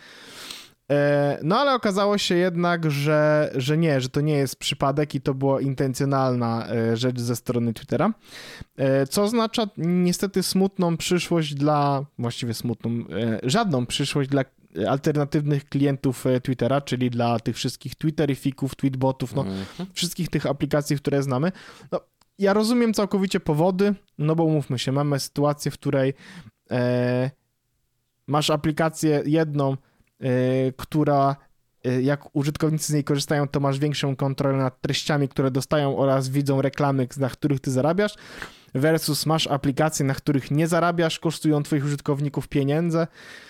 A: no ale okazało się jednak, że, że nie, że to nie jest przypadek i to była intencjonalna rzecz ze strony Twittera, co oznacza niestety smutną przyszłość dla, właściwie smutną, żadną przyszłość dla alternatywnych klientów Twittera, czyli dla tych wszystkich Twitterifików, tweetbotów, no mm-hmm. wszystkich tych aplikacji, które znamy. No, ja rozumiem całkowicie powody, no bo umówmy się, mamy sytuację, w której e, masz aplikację jedną, która jak użytkownicy z niej korzystają, to masz większą kontrolę nad treściami, które dostają oraz widzą reklamy, na których ty zarabiasz, versus masz aplikacje, na których nie zarabiasz, kosztują twoich użytkowników pieniądze.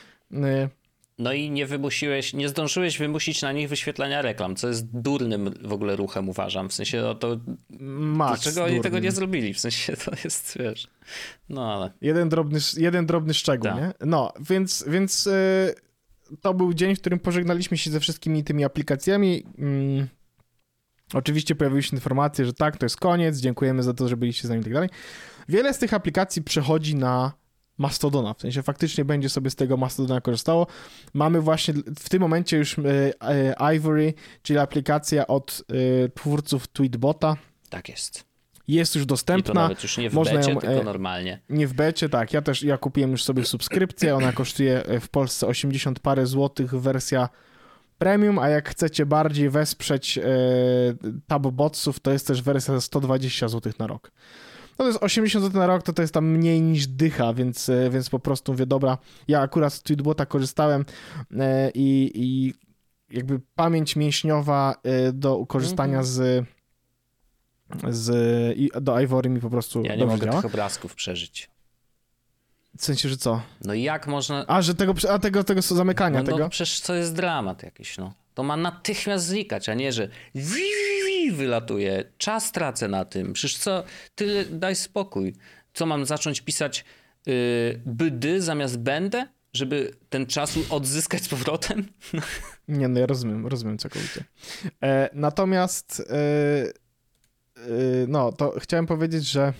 B: No i nie wymusiłeś, nie zdążyłeś wymusić na nich wyświetlania reklam, co jest durnym w ogóle ruchem, uważam. W sensie, no to Max dlaczego durnym. Oni tego nie zrobili? W sensie, to jest, wiesz, no ale...
A: Jeden drobny, jeden drobny szczegół, Ta. nie? No, więc, więc yy... to był dzień, w którym pożegnaliśmy się ze wszystkimi tymi aplikacjami. Hmm. Oczywiście pojawiły się informacje, że tak, to jest koniec, dziękujemy za to, że byliście z nami i tak dalej. Wiele z tych aplikacji przechodzi na Mastodona, w sensie faktycznie będzie sobie z tego Mastodona korzystało. Mamy właśnie w tym momencie już e, e, Ivory, czyli aplikacja od e, twórców Tweetbota.
B: Tak jest.
A: Jest już dostępna.
B: I to nawet już nie w Można becie, ją, tylko normalnie.
A: Nie w becie, tak. Ja też, ja kupiłem już sobie subskrypcję, ona kosztuje w Polsce osiemdziesiąt parę złotych, wersja premium, a jak chcecie bardziej wesprzeć e, tabbotsów, to jest też wersja za sto dwadzieścia złotych na rok. No to jest osiemdziesiąt złotych na rok, to to jest tam mniej niż dycha, więc, e, więc po prostu mówię, dobra, ja akurat z Tweetbota korzystałem e, i, i jakby pamięć mięśniowa e, do korzystania mm-hmm. z z, i do Ivory mi po prostu
B: Ja nie mogę działa. Tych obrazków przeżyć.
A: W sensie, że co?
B: No jak można...
A: A, że tego, a tego, tego zamykania
B: no,
A: tego?
B: No przecież to jest dramat jakiś, no. To ma natychmiast znikać, a nie, że wi, wi, wi, wylatuje. Czas tracę na tym. Przecież co? Tyle, daj spokój. Co, mam zacząć pisać yy, bydy zamiast będę? Żeby ten czas odzyskać z powrotem?
A: Nie, no ja rozumiem, rozumiem całkowicie. E, natomiast... E, No, to chciałem powiedzieć, że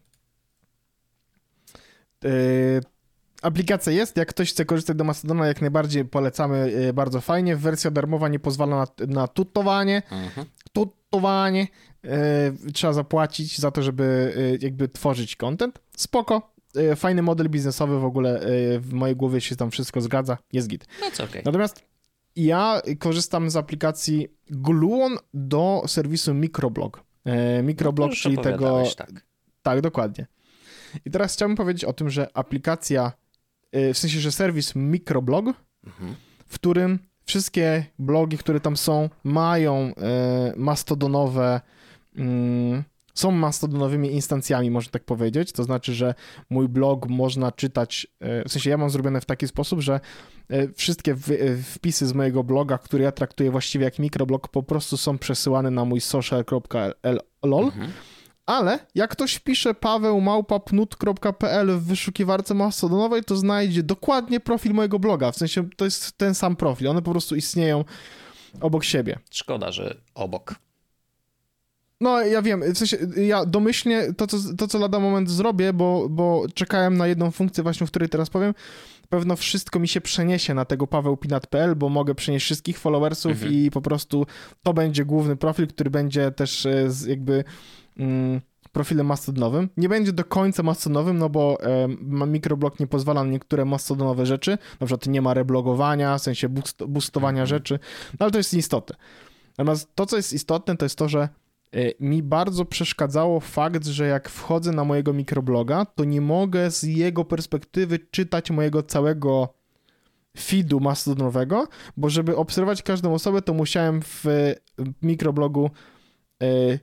A: yy, aplikacja jest, jak ktoś chce korzystać do Mastodona, jak najbardziej polecamy, yy, bardzo fajnie. Wersja darmowa nie pozwala na, na tutowanie. Mhm. Tutowanie. Yy, trzeba zapłacić za to, żeby yy, jakby tworzyć content. Spoko. Yy, fajny model biznesowy w ogóle, yy, w mojej głowie się tam wszystko zgadza. Jest git.
B: No co okej.
A: Natomiast ja korzystam z aplikacji Gluon do serwisu Microblog. Microblog, no czyli tego... Tak. tak, dokładnie. I teraz chciałbym powiedzieć o tym, że aplikacja, w sensie, że serwis Microblog, mhm. w którym wszystkie blogi, które tam są, mają mastodonowe, są mastodonowymi instancjami, można tak powiedzieć. To znaczy, że mój blog można czytać, w sensie ja mam zrobione w taki sposób, że wszystkie wpisy z mojego bloga, które ja traktuję właściwie jak mikroblog, po prostu są przesyłane na mój social kropka lol, mhm. ale jak ktoś wpisze paweł małpa pnut kropka p l w wyszukiwarce mastodonowej, to znajdzie dokładnie profil mojego bloga. W sensie to jest ten sam profil. One po prostu istnieją obok siebie.
B: Szkoda, że obok.
A: No, ja wiem, w sensie ja domyślnie to, co, to, co lada moment zrobię, bo, bo czekałem na jedną funkcję właśnie, o której teraz powiem, pewno wszystko mi się przeniesie na tego paweł pinat kropka p l, bo mogę przenieść wszystkich followersów mhm. i po prostu to będzie główny profil, który będzie też z jakby mm, profilem mastodonowym. Nie będzie do końca mastodonowym, no bo e, mikroblog nie pozwala na niektóre mastodonowe rzeczy, na przykład nie ma reblogowania, w sensie boost, boostowania mhm. rzeczy, no ale to jest istotne. Natomiast to, co jest istotne, to jest to, że mi bardzo przeszkadzało fakt, że jak wchodzę na mojego mikrobloga, to nie mogę z jego perspektywy czytać mojego całego feedu mastodonowego, bo żeby obserwować każdą osobę, to musiałem w mikroblogu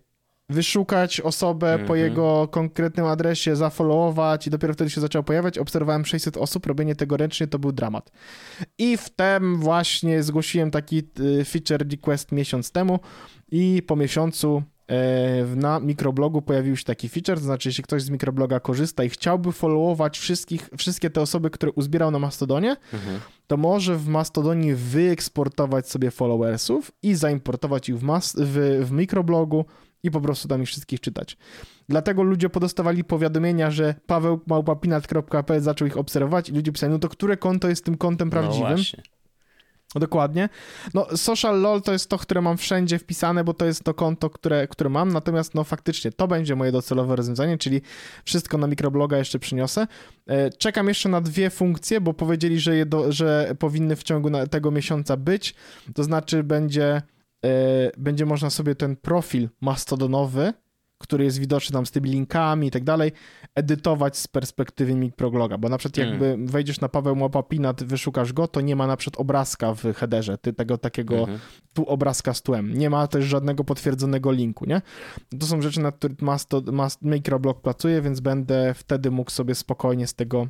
A: wyszukać osobę mm-hmm. po jego konkretnym adresie, zafollowować i dopiero wtedy się zaczęło pojawiać. Obserwowałem sześćset osób, robienie tego ręcznie to był dramat. I wtem właśnie zgłosiłem taki feature request miesiąc temu i po miesiącu na mikroblogu pojawił się taki feature, to znaczy jeśli ktoś z mikrobloga korzysta i chciałby followować wszystkich, wszystkie te osoby, które uzbierał na Mastodonie, mhm. to może w Mastodonie wyeksportować sobie followersów i zaimportować ich w, mas- w, w mikroblogu i po prostu tam ich wszystkich czytać. Dlatego ludzie podostawali powiadomienia, że paweł małpa pinat kropka p l zaczął ich obserwować i ludzie pisali, no to które konto jest tym kontem prawdziwym? No właśnie. Dokładnie. No Social Lol to jest to, które mam wszędzie wpisane, bo to jest to konto, które, które mam, natomiast no faktycznie to będzie moje docelowe rozwiązanie, czyli wszystko na mikrobloga jeszcze przyniosę. Czekam jeszcze na dwie funkcje, bo powiedzieli, że, je do, że powinny w ciągu tego miesiąca być, to znaczy będzie, będzie można sobie ten profil mastodonowy, który jest widoczny tam z tymi linkami i tak dalej, edytować z perspektywy mikrobloga, bo na przykład jakby mm. wejdziesz na Paweł Małpa Pinat, wyszukasz go, to nie ma na przykład obrazka w headerze, ty tego takiego mm-hmm. tu obrazka z tłem. Nie ma też żadnego potwierdzonego linku, nie? To są rzeczy, nad których Masto, Mast, mikroblog pracuje, więc będę wtedy mógł sobie spokojnie z tego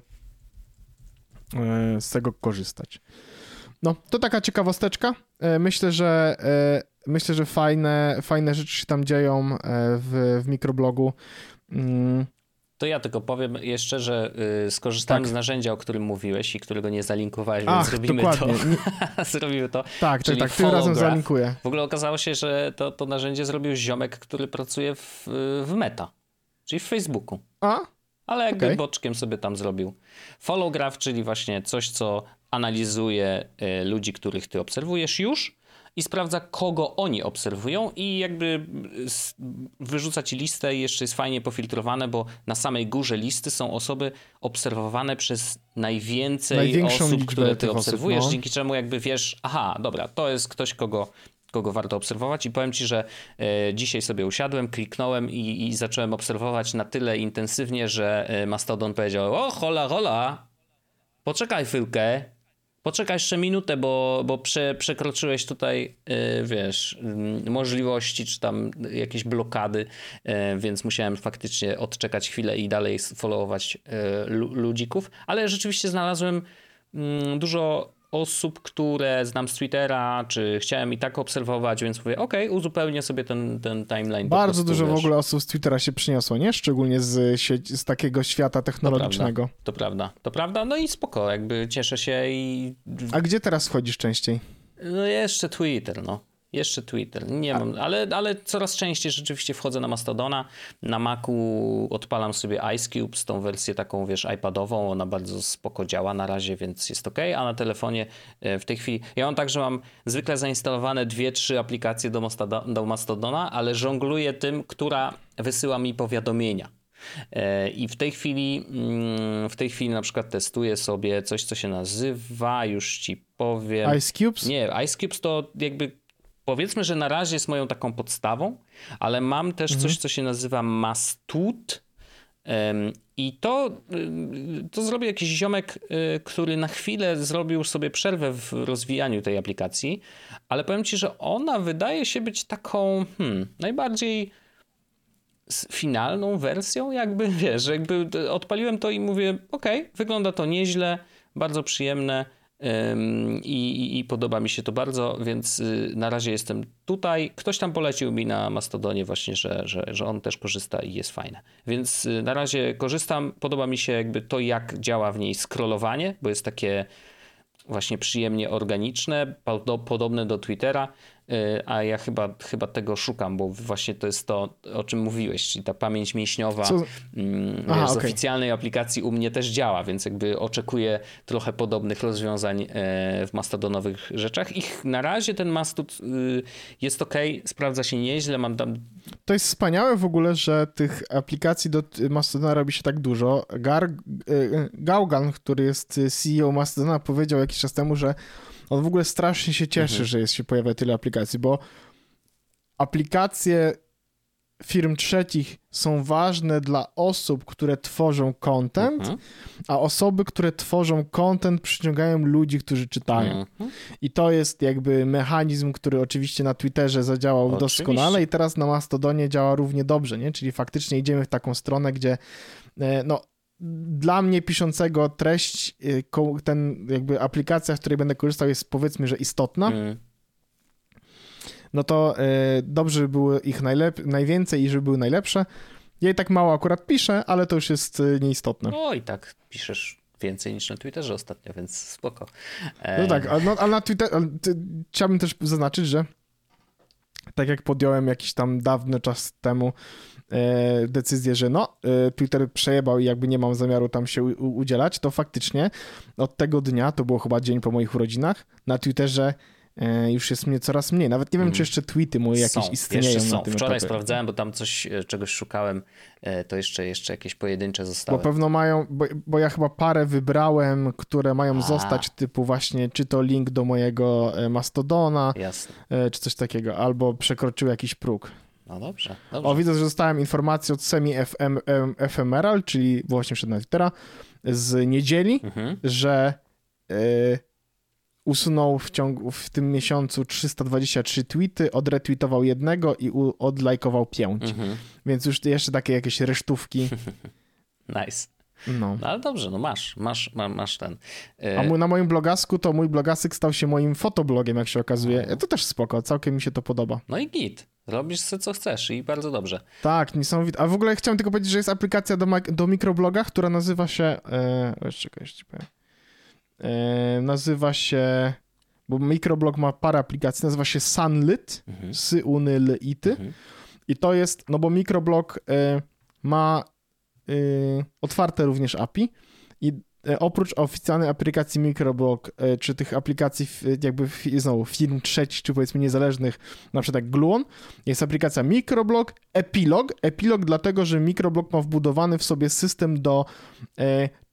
A: z tego korzystać. No, to taka ciekawosteczka. Myślę, że myślę, że fajne, fajne rzeczy się tam dzieją w, w mikroblogu. Mm.
B: To ja tylko powiem jeszcze, że y, skorzystałem tak. z narzędzia, o którym mówiłeś i którego nie zalinkowałeś, więc Ach, zrobimy dokładnie. to. zrobimy to.
A: Tak, tak, tak, tym razem zalinkuję.
B: W ogóle okazało się, że to, to narzędzie zrobił ziomek, który pracuje w, w Meta, czyli w Facebooku. A? Ale jakby okay. boczkiem sobie tam zrobił. Follow Graph, czyli właśnie coś, co analizuje y, ludzi, których ty obserwujesz już i sprawdza, kogo oni obserwują i jakby wyrzuca ci listę i jeszcze jest fajnie pofiltrowane, bo na samej górze listy są osoby obserwowane przez najwięcej
A: Największą
B: osób, które ty obserwujesz,
A: osób, no.
B: dzięki czemu jakby wiesz, aha, dobra, to jest ktoś, kogo kogo warto obserwować i powiem ci, że e, dzisiaj sobie usiadłem, kliknąłem i, i zacząłem obserwować na tyle intensywnie, że e, Mastodon powiedział, o hola hola, poczekaj chwilkę, poczekaj jeszcze minutę, bo, bo prze, przekroczyłeś tutaj, yy, wiesz, yy, możliwości, czy tam jakieś blokady, yy, więc musiałem faktycznie odczekać chwilę i dalej followować yy, ludzików, ale rzeczywiście znalazłem yy, dużo osób, które znam z Twittera, czy chciałem i tak obserwować, więc mówię, okej, okay, uzupełnię sobie ten, ten timeline.
A: Bardzo prostu, dużo wiesz. w ogóle osób z Twittera się przyniosło, nie? Szczególnie z, z takiego świata technologicznego.
B: To prawda, to prawda, to prawda, no i spoko, jakby cieszę się i...
A: A gdzie teraz wchodzisz częściej?
B: No jeszcze Twitter, no. Jeszcze Twitter, nie A. mam, ale, ale coraz częściej rzeczywiście wchodzę na Mastodona. Na Macu odpalam sobie IceCube z tą wersję taką, wiesz, iPadową. Ona bardzo spoko działa na razie, więc jest ok. A na telefonie w tej chwili... Ja mam tak, że mam zwykle zainstalowane dwie, trzy aplikacje do, Mastodona, do Mastodona, ale żongluję tym, która wysyła mi powiadomienia. I w tej chwili w tej chwili na przykład testuję sobie coś, co się nazywa, już ci powiem...
A: IceCubes?
B: Nie, IceCubes to jakby... Powiedzmy, że na razie jest moją taką podstawą, ale mam też mhm. coś, co się nazywa Mastut um, i to, to zrobił jakiś ziomek, który na chwilę zrobił sobie przerwę w rozwijaniu tej aplikacji, ale powiem ci, że ona wydaje się być taką hmm, najbardziej finalną wersją, jakby, wiesz, jakby odpaliłem to i mówię, okej, okay, wygląda to nieźle, bardzo przyjemne, I, i podoba mi się to bardzo, więc na razie jestem tutaj. Ktoś tam polecił mi na Mastodonie właśnie, że, że, że on też korzysta i jest fajne. Więc na razie korzystam. Podoba mi się jakby to, jak działa w niej scrollowanie, bo jest takie właśnie przyjemnie organiczne, podobne do Twittera, a ja chyba, chyba tego szukam, bo właśnie to jest to, o czym mówiłeś, czyli ta pamięć mięśniowa Co? Aha, wiesz, z okay. oficjalnej aplikacji u mnie też działa, więc jakby oczekuję trochę podobnych rozwiązań w mastodonowych rzeczach. Ich na razie ten Mastut jest ok, sprawdza się nieźle, mam tam...
A: To jest wspaniałe w ogóle, że tych aplikacji do Mastodona robi się tak dużo. Gar... Gaugan, który jest C E O Mastodona, powiedział jakiś czas temu, że on w ogóle strasznie się cieszy, mhm. że jest, się pojawia tyle aplikacji, bo aplikacje firm trzecich są ważne dla osób, które tworzą content, mhm. a osoby, które tworzą content przyciągają ludzi, którzy czytają. Mhm. I to jest jakby mechanizm, który oczywiście na Twitterze zadziałał oczywiście. doskonale i teraz na Mastodonie działa równie dobrze, nie? Czyli faktycznie idziemy w taką stronę, gdzie no dla mnie piszącego treść, ten jakby aplikacja, z której będę korzystał jest powiedzmy, że istotna, mhm. no to y, dobrze, żeby było ich najlep- najwięcej i żeby były najlepsze. Ja i tak mało akurat piszę, ale to już jest y, nieistotne.
B: No i tak piszesz więcej niż na Twitterze ostatnio, więc spoko.
A: E... No tak, ale, no, ale na Twitterze chciałbym też zaznaczyć, że tak jak podjąłem jakiś tam dawny czas temu e, decyzję, że no, e, Twitter przejebał i jakby nie mam zamiaru tam się u- udzielać, to faktycznie od tego dnia, to było chyba dzień po moich urodzinach, na Twitterze już jest mnie coraz mniej. Nawet nie wiem, mm. czy jeszcze tweety moje jakieś
B: są,
A: istnieją.
B: Jeszcze są.
A: Na tym
B: Wczoraj
A: etapie.
B: sprawdzałem, bo tam coś, czegoś szukałem, to jeszcze, jeszcze jakieś pojedyncze zostały.
A: Bo pewno mają, bo, bo ja chyba parę wybrałem, które mają A. zostać, typu właśnie czy to link do mojego Mastodona,
B: Jasne.
A: czy coś takiego, albo przekroczył jakiś próg.
B: No dobrze, dobrze.
A: O, widzę, że dostałem informację od Semi Ephemeral, czyli właśnie wszedł na Twittera, z niedzieli, mhm. że y, usunął w ciągu, w tym miesiącu trzysta dwadzieścia trzy tweety, odretweetował jednego i u, odlajkował pięć. Mhm. Więc już jeszcze takie jakieś resztówki.
B: Nice.
A: No.
B: no ale dobrze, no masz, masz, masz ten.
A: Yy... A mój, na moim blogasku to mój blogasyk stał się moim fotoblogiem, jak się okazuje. No. To też spoko, całkiem mi się to podoba.
B: No i git. Robisz sobie co chcesz i bardzo dobrze.
A: Tak, niesamowite. A w ogóle chciałem tylko powiedzieć, że jest aplikacja do, do mikrobloga, która nazywa się... Yy, czekaj, jeszcze ci powiem. Yy, nazywa się... Bo mikroblog ma parę aplikacji, nazywa się Sunlit, mhm. Sy-uny-l-ity. Mhm. I to jest, no bo mikroblog yy, ma yy, otwarte również A P I i yy, oprócz oficjalnej aplikacji mikroblog, yy, czy tych aplikacji yy, jakby znowu firm trzecich, czy powiedzmy niezależnych, na przykład jak Gluon, jest aplikacja mikroblog, Epilog. Epilog dlatego, że mikroblog ma wbudowany w sobie system do yy,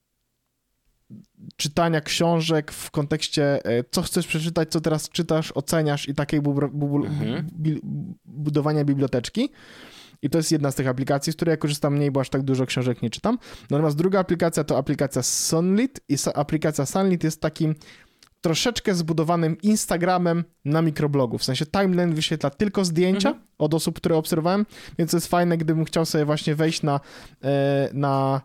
A: czytania książek w kontekście co chcesz przeczytać, co teraz czytasz, oceniasz i takiej bu- bu- bu- mhm. bi- budowania biblioteczki. I to jest jedna z tych aplikacji, z której ja korzystam mniej, bo aż tak dużo książek nie czytam. Natomiast druga aplikacja to aplikacja Sunlit i aplikacja Sunlit jest takim troszeczkę zbudowanym Instagramem na mikroblogu. W sensie timeline wyświetla tylko zdjęcia mhm. od osób, które obserwowałem, więc to jest fajne, gdybym chciał sobie właśnie wejść na na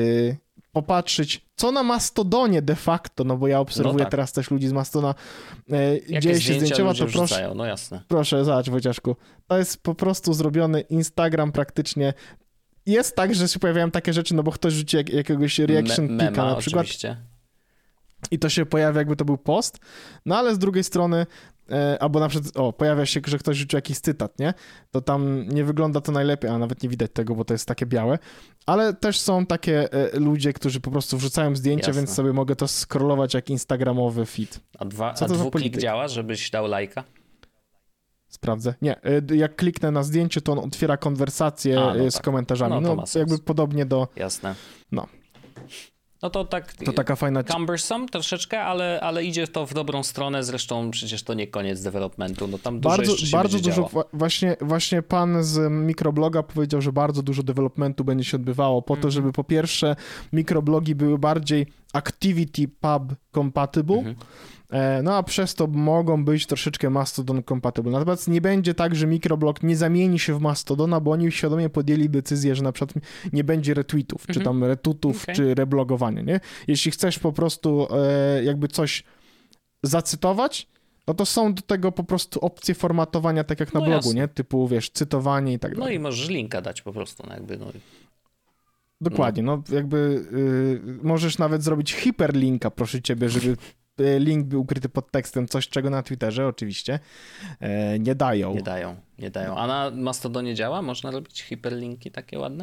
A: popatrzeć, co na Mastodonie de facto, no bo ja obserwuję no tak. teraz też ludzi z Mastodona, e, dzieje się zdjęciowo, to proszę,
B: no jasne.
A: proszę, zobacz Wojciaszku, to jest po prostu zrobiony Instagram praktycznie. Jest tak, że się pojawiają takie rzeczy, no bo ktoś rzuci jak, jakiegoś reaction
B: Me-
A: pika na przykład
B: oczywiście.
A: I to się pojawia, jakby to był post, no ale z drugiej strony E, albo na przykład, o, pojawia się, że ktoś rzucił jakiś cytat, nie? To tam nie wygląda to najlepiej, a nawet nie widać tego, bo to jest takie białe, ale też są takie e, ludzie, którzy po prostu wrzucają zdjęcia, Jasne. Więc sobie mogę to scrollować jak instagramowy feed.
B: A, dwa, a dwuklik działa, żebyś dał lajka?
A: Sprawdzę. Nie, e, jak kliknę na zdjęcie, to on otwiera konwersację a, no z tak. komentarzami. No, to no jakby podobnie do...
B: Jasne.
A: No.
B: No to tak
A: to taka fajna...
B: cumbersome troszeczkę, ale, ale idzie to w dobrą stronę, zresztą przecież to nie koniec developmentu, no tam dużo
A: bardzo,
B: jeszcze się
A: bardzo
B: będzie
A: dużo,
B: działo.
A: Właśnie, właśnie pan z mikrobloga powiedział, że bardzo dużo developmentu będzie się odbywało po mm-hmm. to, żeby po pierwsze mikroblogi były bardziej activity pub compatible, mm-hmm. no a przez to mogą być troszeczkę Mastodon compatible. Natomiast nie będzie tak, że mikroblog nie zamieni się w Mastodona, bo oni świadomie podjęli decyzję, że na przykład nie będzie retweetów, mm-hmm. czy tam retutów, okay. czy reblogowania, nie? Jeśli chcesz po prostu e, jakby coś zacytować, no to są do tego po prostu opcje formatowania, tak jak na no blogu, jasne. Nie? Typu, wiesz, cytowanie i tak dalej.
B: No i możesz linka dać po prostu, no jakby, no.
A: Dokładnie, no, no jakby y, możesz nawet zrobić hiperlinka, proszę ciebie, żeby link był ukryty pod tekstem, coś czego na Twitterze oczywiście e, nie dają.
B: Nie dają, nie dają. A na Mastodonie działa? Można robić hiperlinki takie ładne?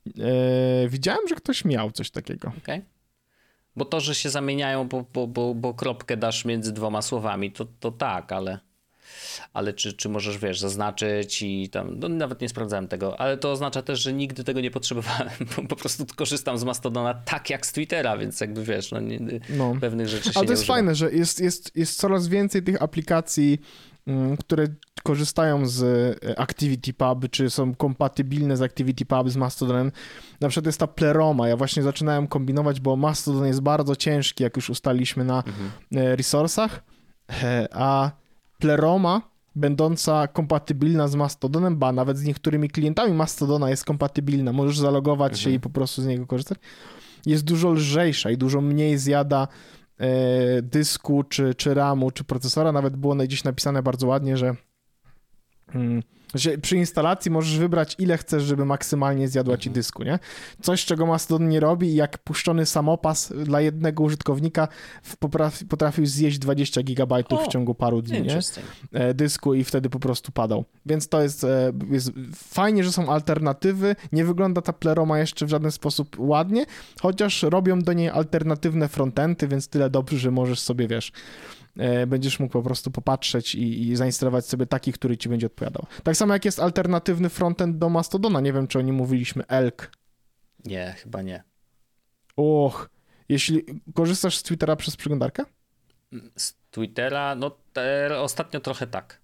A: E, widziałem, że ktoś miał coś takiego.
B: Okej. Okay. Bo to, że się zamieniają, bo, bo, bo, bo kropkę dasz między dwoma słowami, to, to tak, ale... Ale czy, czy możesz, wiesz, zaznaczyć i tam, no nawet nie sprawdzałem tego, ale to oznacza też, że nigdy tego nie potrzebowałem, bo po prostu korzystam z Mastodona tak jak z Twittera, więc jakby wiesz, no, nie, no. pewnych rzeczy się
A: ale to
B: nie
A: jest
B: używa.
A: fajne, że jest, jest, jest coraz więcej tych aplikacji które korzystają z ActivityPub, czy są kompatybilne z ActivityPub, z Mastodonem. Na przykład jest ta Pleroma. Ja właśnie zaczynałem kombinować, bo Mastodon jest bardzo ciężki, jak już ustaliliśmy na mhm. resursach, a Pleroma, będąca kompatybilna z Mastodonem, ba, nawet z niektórymi klientami Mastodona jest kompatybilna, możesz zalogować mhm. się i po prostu z niego korzystać, jest dużo lżejsza i dużo mniej zjada e, dysku, czy, czy ramu, czy procesora. Nawet było gdzieś napisane bardzo ładnie, że mm, że przy instalacji możesz wybrać, ile chcesz, żeby maksymalnie zjadła ci dysku, nie? Coś, czego Mastodon nie robi i jak puszczony samopas dla jednego użytkownika potrafi, potrafił zjeść dwadzieścia gigabajtów o, w ciągu paru dni, nie? Dysku i wtedy po prostu padał. Więc to jest, jest fajnie, że są alternatywy. Nie wygląda ta Pleroma jeszcze w żaden sposób ładnie, chociaż robią do niej alternatywne frontendy, więc tyle dobrze, że możesz sobie, wiesz, będziesz mógł po prostu popatrzeć i, i zainstalować sobie taki, który ci będzie odpowiadał. Tak samo jak jest alternatywny frontend do Mastodona. Nie wiem, czy o nim mówiliśmy. Elk.
B: Nie, chyba nie.
A: Och, jeśli korzystasz z Twittera przez przeglądarkę?
B: Z Twittera? No te, ostatnio trochę tak.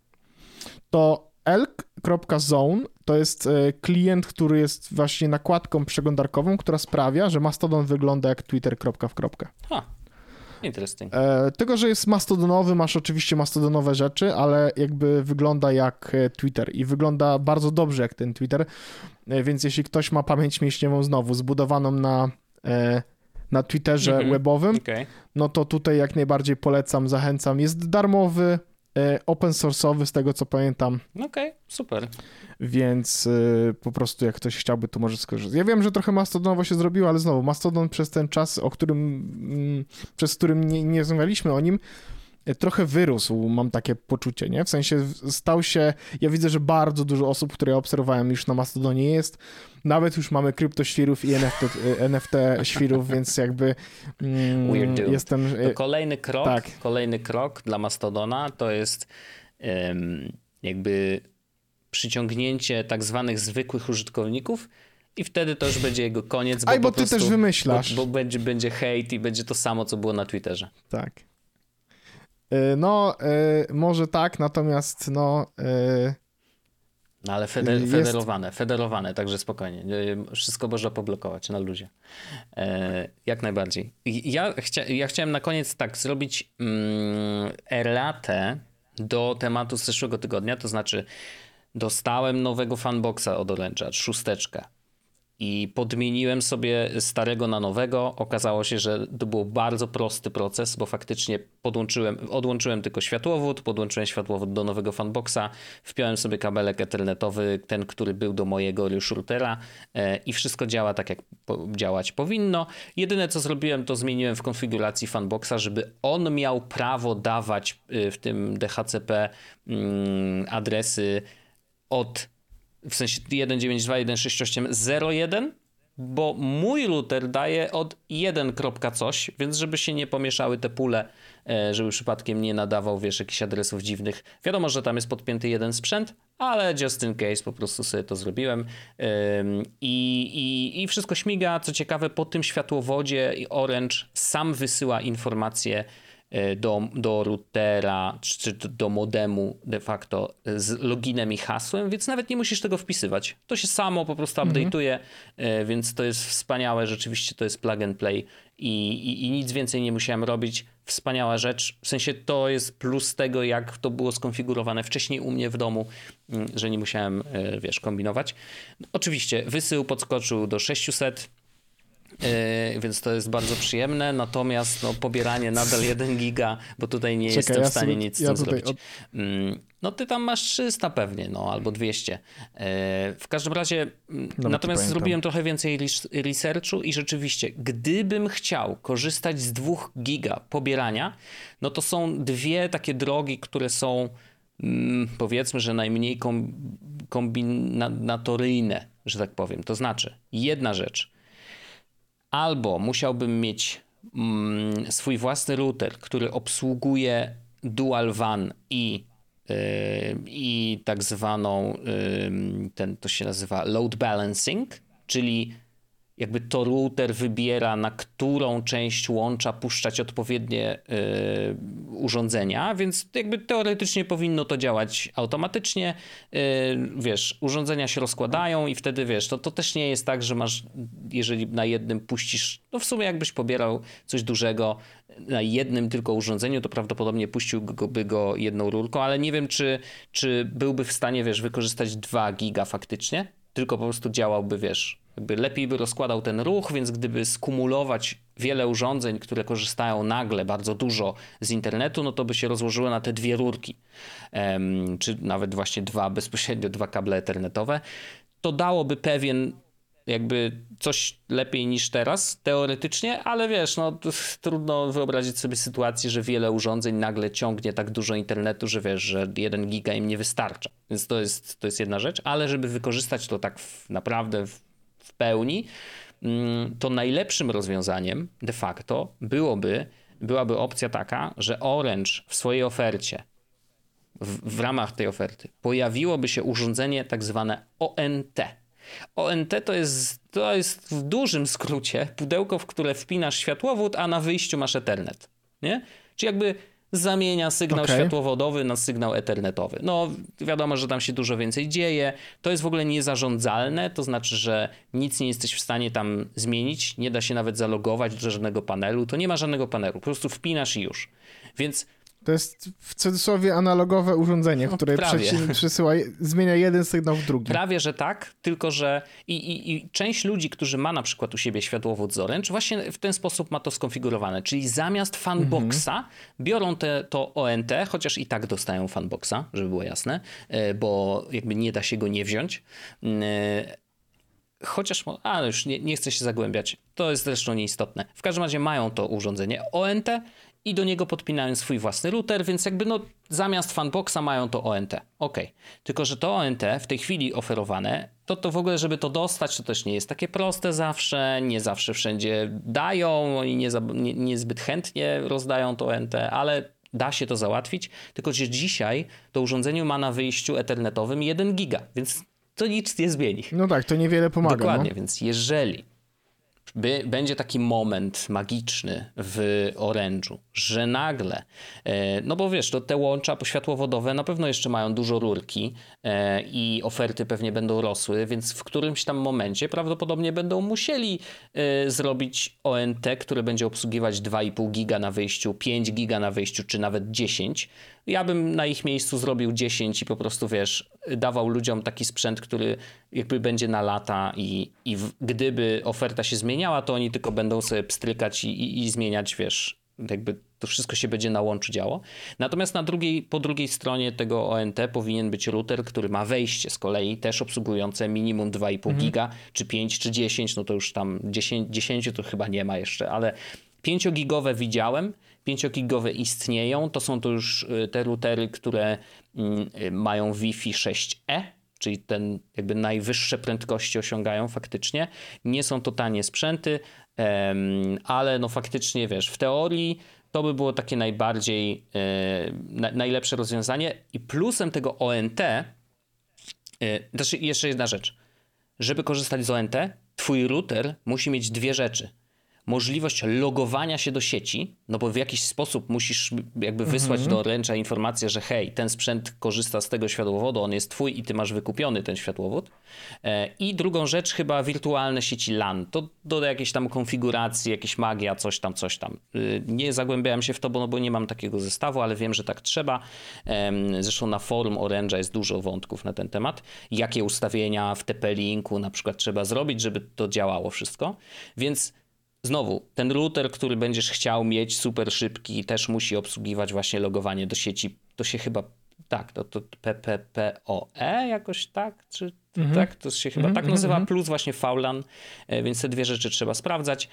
A: To elk kropka zone to jest klient, który jest właśnie nakładką przeglądarkową, która sprawia, że Mastodon wygląda jak Twitter kropka w kropkę.
B: Ha. Interesting.
A: E, tylko, że jest mastodonowy, masz oczywiście mastodonowe rzeczy, ale jakby wygląda jak Twitter i wygląda bardzo dobrze jak ten Twitter, e, więc jeśli ktoś ma pamięć mięśniową znowu zbudowaną na, e, na Twitterze mm-hmm. webowym, okay. no to tutaj jak najbardziej polecam, zachęcam. Jest darmowy, e, open source'owy z tego co pamiętam.
B: Okej, okay, super.
A: Więc y, po prostu jak ktoś chciałby, to może skorzystać. Ja wiem, że trochę Mastodonowo się zrobiło, ale znowu Mastodon przez ten czas, o którym, mm, przez którym nie, nie rozmawialiśmy o nim, y, trochę wyrósł, mam takie poczucie, nie? W sensie stał się, ja widzę, że bardzo dużo osób, które ja obserwowałem już na Mastodonie jest, nawet już mamy kryptoświrów i N F T, N F T świrów, więc jakby mm, jestem...
B: To kolejny krok, tak. kolejny krok dla Mastodona to jest um, jakby... przyciągnięcie tak zwanych zwykłych użytkowników i wtedy to już będzie jego koniec, bo,
A: Aj, bo
B: po
A: ty
B: prostu,
A: też wymyślasz.
B: Bo, bo będzie, będzie hejt i będzie to samo, co było na Twitterze.
A: Tak. No, może tak, natomiast no...
B: No ale feder, jest... federowane, federowane, także spokojnie. Wszystko można poblokować na luzie. Jak najbardziej. Ja, chcia, ja chciałem na koniec tak zrobić mm, erratę do tematu z zeszłego tygodnia, to znaczy dostałem nowego fanboxa od Orange'a, szósteczkę. I podmieniłem sobie starego na nowego. Okazało się, że to był bardzo prosty proces, bo faktycznie podłączyłem, odłączyłem tylko światłowód, podłączyłem światłowód do nowego fanboxa, wpiąłem sobie kabelek ethernetowy, ten, który był do mojego routera e, i wszystko działa tak, jak po, działać powinno. Jedyne, co zrobiłem, to zmieniłem w konfiguracji fanboxa, żeby on miał prawo dawać y, w tym D H C P y, adresy od w sensie jeden dziewięć dwa jeden sześć osiem zero jeden, bo mój router daje od jeden kropka coś, więc żeby się nie pomieszały te pule, żeby przypadkiem nie nadawał, wiesz, jakichś adresów dziwnych. Wiadomo, że tam jest podpięty jeden sprzęt, ale just in case po prostu sobie to zrobiłem. I, i, i wszystko śmiga. Co ciekawe, po tym światłowodzie Orange sam wysyła informacje do, do routera czy do modemu de facto z loginem i hasłem, więc nawet nie musisz tego wpisywać. To się samo po prostu update'uje, mhm. więc to jest wspaniałe. Rzeczywiście to jest plug and play i, i, i nic więcej nie musiałem robić. Wspaniała rzecz. W sensie to jest plus tego, jak to było skonfigurowane wcześniej u mnie w domu, że nie musiałem, wiesz, kombinować. Oczywiście wysył podskoczył do sześćset. Yy, więc to jest bardzo przyjemne, natomiast no, pobieranie nadal jeden giga, bo tutaj nie Czekaj, jestem ja w stanie sobie, nic z ja tym zrobić. Od... Yy, no ty tam masz trzysta pewnie, no albo dwieście. Yy, w każdym razie, no, natomiast zrobiłem trochę więcej researchu i rzeczywiście, gdybym chciał korzystać z dwóch giga pobierania, no to są dwie takie drogi, które są mm, powiedzmy, że najmniej kom, kombinatoryjne, że tak powiem. To znaczy, jedna rzecz, albo musiałbym mieć mm, swój własny router, który obsługuje dual WAN i, yy, i tak zwaną, yy, ten, to się nazywa load balancing, czyli jakby to router wybiera, na którą część łącza puszczać odpowiednie y, urządzenia, więc jakby teoretycznie powinno to działać automatycznie. Y, wiesz, urządzenia się rozkładają i wtedy wiesz, to, to też nie jest tak, że masz, jeżeli na jednym puścisz, no w sumie jakbyś pobierał coś dużego na jednym tylko urządzeniu, to prawdopodobnie puściłby go jedną rurką, ale nie wiem, czy, czy byłby w stanie, wiesz, wykorzystać dwa giga faktycznie, tylko po prostu działałby, wiesz, jakby lepiej by rozkładał ten ruch, więc gdyby skumulować wiele urządzeń, które korzystają nagle bardzo dużo z internetu, no to by się rozłożyło na te dwie rurki, um, czy nawet właśnie dwa, bezpośrednio dwa kable ethernetowe. To dałoby pewien jakby coś lepiej niż teraz, teoretycznie, ale wiesz, no trudno wyobrazić sobie sytuację, że wiele urządzeń nagle ciągnie tak dużo internetu, że wiesz, że jeden giga im nie wystarcza. Więc to jest, to jest jedna rzecz, ale żeby wykorzystać to tak w, naprawdę w, w pełni, to najlepszym rozwiązaniem de facto byłoby, byłaby opcja taka, że Orange w swojej ofercie, w, w ramach tej oferty, pojawiłoby się urządzenie tak zwane O N T. O N T to jest, to jest w dużym skrócie pudełko, w które wpinasz światłowód, a na wyjściu masz Ethernet, nie? Czyli jakby zamienia sygnał okay. światłowodowy na sygnał ethernetowy. No wiadomo, że tam się dużo więcej dzieje. To jest w ogóle niezarządzalne, to znaczy, że nic nie jesteś w stanie tam zmienić, nie da się nawet zalogować do żadnego panelu, to nie ma żadnego panelu, po prostu wpinasz i już. Więc
A: to jest w cudzysłowie analogowe urządzenie,
B: no,
A: które przesyła, zmienia jeden sygnał w drugi.
B: Prawie, że tak, tylko że i, i, i część ludzi, którzy ma na przykład u siebie światłowód z Orange, właśnie w ten sposób ma to skonfigurowane, czyli zamiast fanboxa mhm. biorą te, to O N T, chociaż i tak dostają fanboxa, żeby było jasne, bo jakby nie da się go nie wziąć. Chociaż, ale już nie, nie chcę się zagłębiać, to jest zresztą nieistotne. W każdym razie mają to urządzenie O N T i do niego podpinają swój własny router, więc jakby no zamiast fanboxa mają to O N T. Ok. Tylko że to O N T w tej chwili oferowane, to to w ogóle, żeby to dostać, to też nie jest takie proste zawsze, nie zawsze wszędzie dają i nie, nie, nie zbyt chętnie rozdają to O N T, ale da się to załatwić. Tylko że dzisiaj to urządzenie ma na wyjściu ethernetowym jeden giga, więc to nic nie zmieni.
A: No tak, to niewiele pomaga.
B: Dokładnie,
A: no.
B: Więc jeżeli by, będzie taki moment magiczny w Orange'u, że nagle, e, no bo wiesz, to te łącza poświatłowodowe na pewno jeszcze mają dużo rurki e, i oferty pewnie będą rosły, więc w którymś tam momencie prawdopodobnie będą musieli e, zrobić O N T, które będzie obsługiwać dwa i pół giga na wyjściu, pięć giga na wyjściu, czy nawet dziesięć. Ja bym na ich miejscu zrobił dziesięć i po prostu, wiesz, dawał ludziom taki sprzęt, który jakby będzie na lata i, i w, gdyby oferta się zmieniała, to oni tylko będą sobie pstrykać i, i, i zmieniać, wiesz, jakby to wszystko się będzie na łączu działo. Natomiast na drugiej, po drugiej stronie tego O N T powinien być router, który ma wejście z kolei też obsługujące minimum dwa i pół mhm. giga, czy pięć, czy dziesięć, no to już tam dziesięć, dziesięć to chyba nie ma jeszcze, ale pięciogigowe widziałem, pięciogigowe istnieją, to są to już te routery, które mają Wi-Fi sześć E, czyli ten jakby najwyższe prędkości osiągają faktycznie. Nie są to tanie sprzęty, ale no faktycznie wiesz, w teorii to by było takie najbardziej, na, najlepsze rozwiązanie i plusem tego O N T, znaczy jeszcze jedna rzecz, żeby korzystać z O N T, twój router musi mieć dwie rzeczy. Możliwość logowania się do sieci, no bo w jakiś sposób musisz jakby wysłać mm-hmm. do Orange'a informację, że hej, ten sprzęt korzysta z tego światłowodu, on jest twój i ty masz wykupiony ten światłowód. I drugą rzecz chyba wirtualne sieci LAN. To do jakiejś tam konfiguracji, jakieś magia, coś tam, coś tam. Nie zagłębiałem się w to, bo, bo nie mam takiego zestawu, ale wiem, że tak trzeba. Zresztą na forum Orange'a jest dużo wątków na ten temat. Jakie ustawienia w T P-Linku na przykład trzeba zrobić, żeby to działało wszystko. Więc znowu, ten router, który będziesz chciał mieć super szybki, też musi obsługiwać właśnie logowanie do sieci. To się chyba, tak, to, to P P P O E jakoś tak, czy mm-hmm. tak, to się chyba mm-hmm. tak nazywa, plus właśnie V LAN, więc te dwie rzeczy trzeba sprawdzać.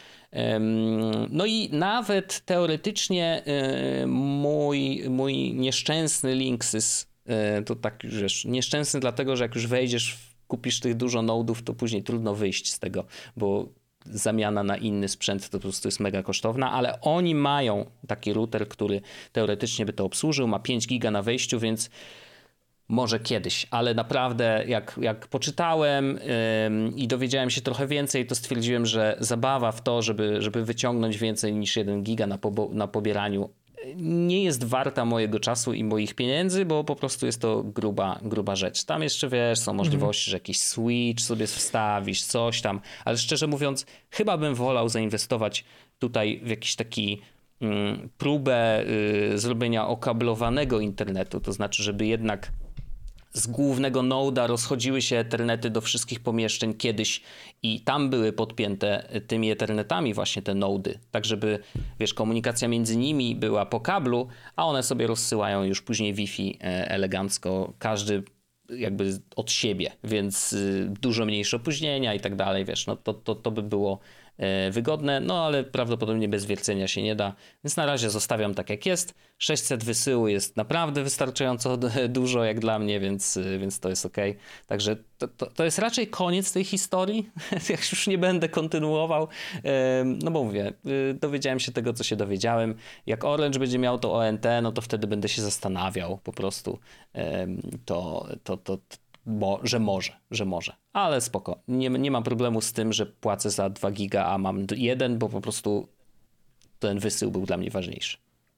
B: No i nawet teoretycznie mój, mój nieszczęsny Linksys, to tak już wiesz, nieszczęsny dlatego, że jak już wejdziesz, kupisz tych dużo nodów, to później trudno wyjść z tego, bo zamiana na inny sprzęt to po prostu jest mega kosztowna, ale oni mają taki router, który teoretycznie by to obsłużył, ma pięć giga na wejściu, więc może kiedyś, ale naprawdę jak, jak poczytałem ym, i dowiedziałem się trochę więcej, to stwierdziłem, że zabawa w to, żeby, żeby wyciągnąć więcej niż jeden giga na, pobo- na pobieraniu nie jest warta mojego czasu i moich pieniędzy, bo po prostu jest to gruba, gruba rzecz. Tam jeszcze, wiesz, są możliwości, mhm. że jakiś switch sobie wstawisz, coś tam, ale szczerze mówiąc, chyba bym wolał zainwestować tutaj w jakiś taki mm, próbę y, zrobienia okablowanego internetu, to znaczy, żeby jednak z głównego noda rozchodziły się ethernety do wszystkich pomieszczeń kiedyś i tam były podpięte tymi ethernetami właśnie te nody, tak żeby, wiesz, komunikacja między nimi była po kablu, a one sobie rozsyłają już później Wi-Fi elegancko, każdy jakby od siebie, więc dużo mniejsze opóźnienia i tak dalej, wiesz, no to, to, to by było wygodne, no ale prawdopodobnie bez wiercenia się nie da, więc na razie zostawiam tak jak jest. sześćset wysyłu jest naprawdę wystarczająco dużo jak dla mnie, więc, więc to jest ok. Także to, to, to jest raczej koniec tej historii, jak już nie będę kontynuował, no bo mówię, dowiedziałem się tego, co się dowiedziałem. Jak Orange będzie miał to O N T, no to wtedy będę się zastanawiał po prostu, to, to, to, Bo, że może, że może. Ale spoko. Nie, nie mam problemu z tym, że płacę za dwa giga, a mam jeden, bo po prostu ten wysył był dla mnie ważniejszy.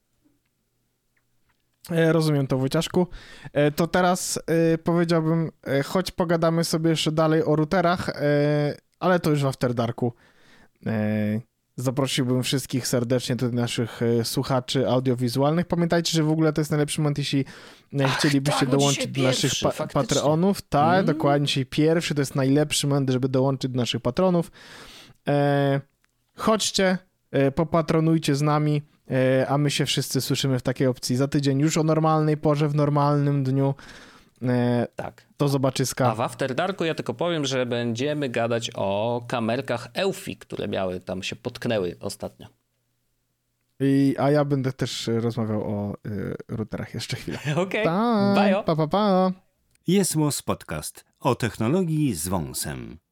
A: Rozumiem to, Wojciaszku. To teraz y, powiedziałbym, y, choć pogadamy sobie jeszcze dalej o routerach, y, ale to już w After Darku. Y, Zaprosiłbym wszystkich serdecznie do naszych słuchaczy audiowizualnych. Pamiętajcie, że w ogóle to jest najlepszy moment, jeśli Ach, chcielibyście tak, dołączyć do naszych pa- patronów. Tak, mm. dokładnie, dzisiaj pierwszy. To jest najlepszy moment, żeby dołączyć do naszych patronów. E, chodźcie, e, popatronujcie z nami, e, a my się wszyscy słyszymy w takiej opcji za tydzień, już o normalnej porze, w normalnym dniu. E,
B: tak.
A: Do zobaczyska.
B: A w After Darku ja tylko powiem, że będziemy gadać o kamerkach Eufy, które miały tam się potknęły ostatnio.
A: I, a ja będę też rozmawiał o y, routerach jeszcze chwilę.
B: Okej, okay. Bye.
A: Pa, pa, pa.
C: Jest Podcast o technologii z wąsem.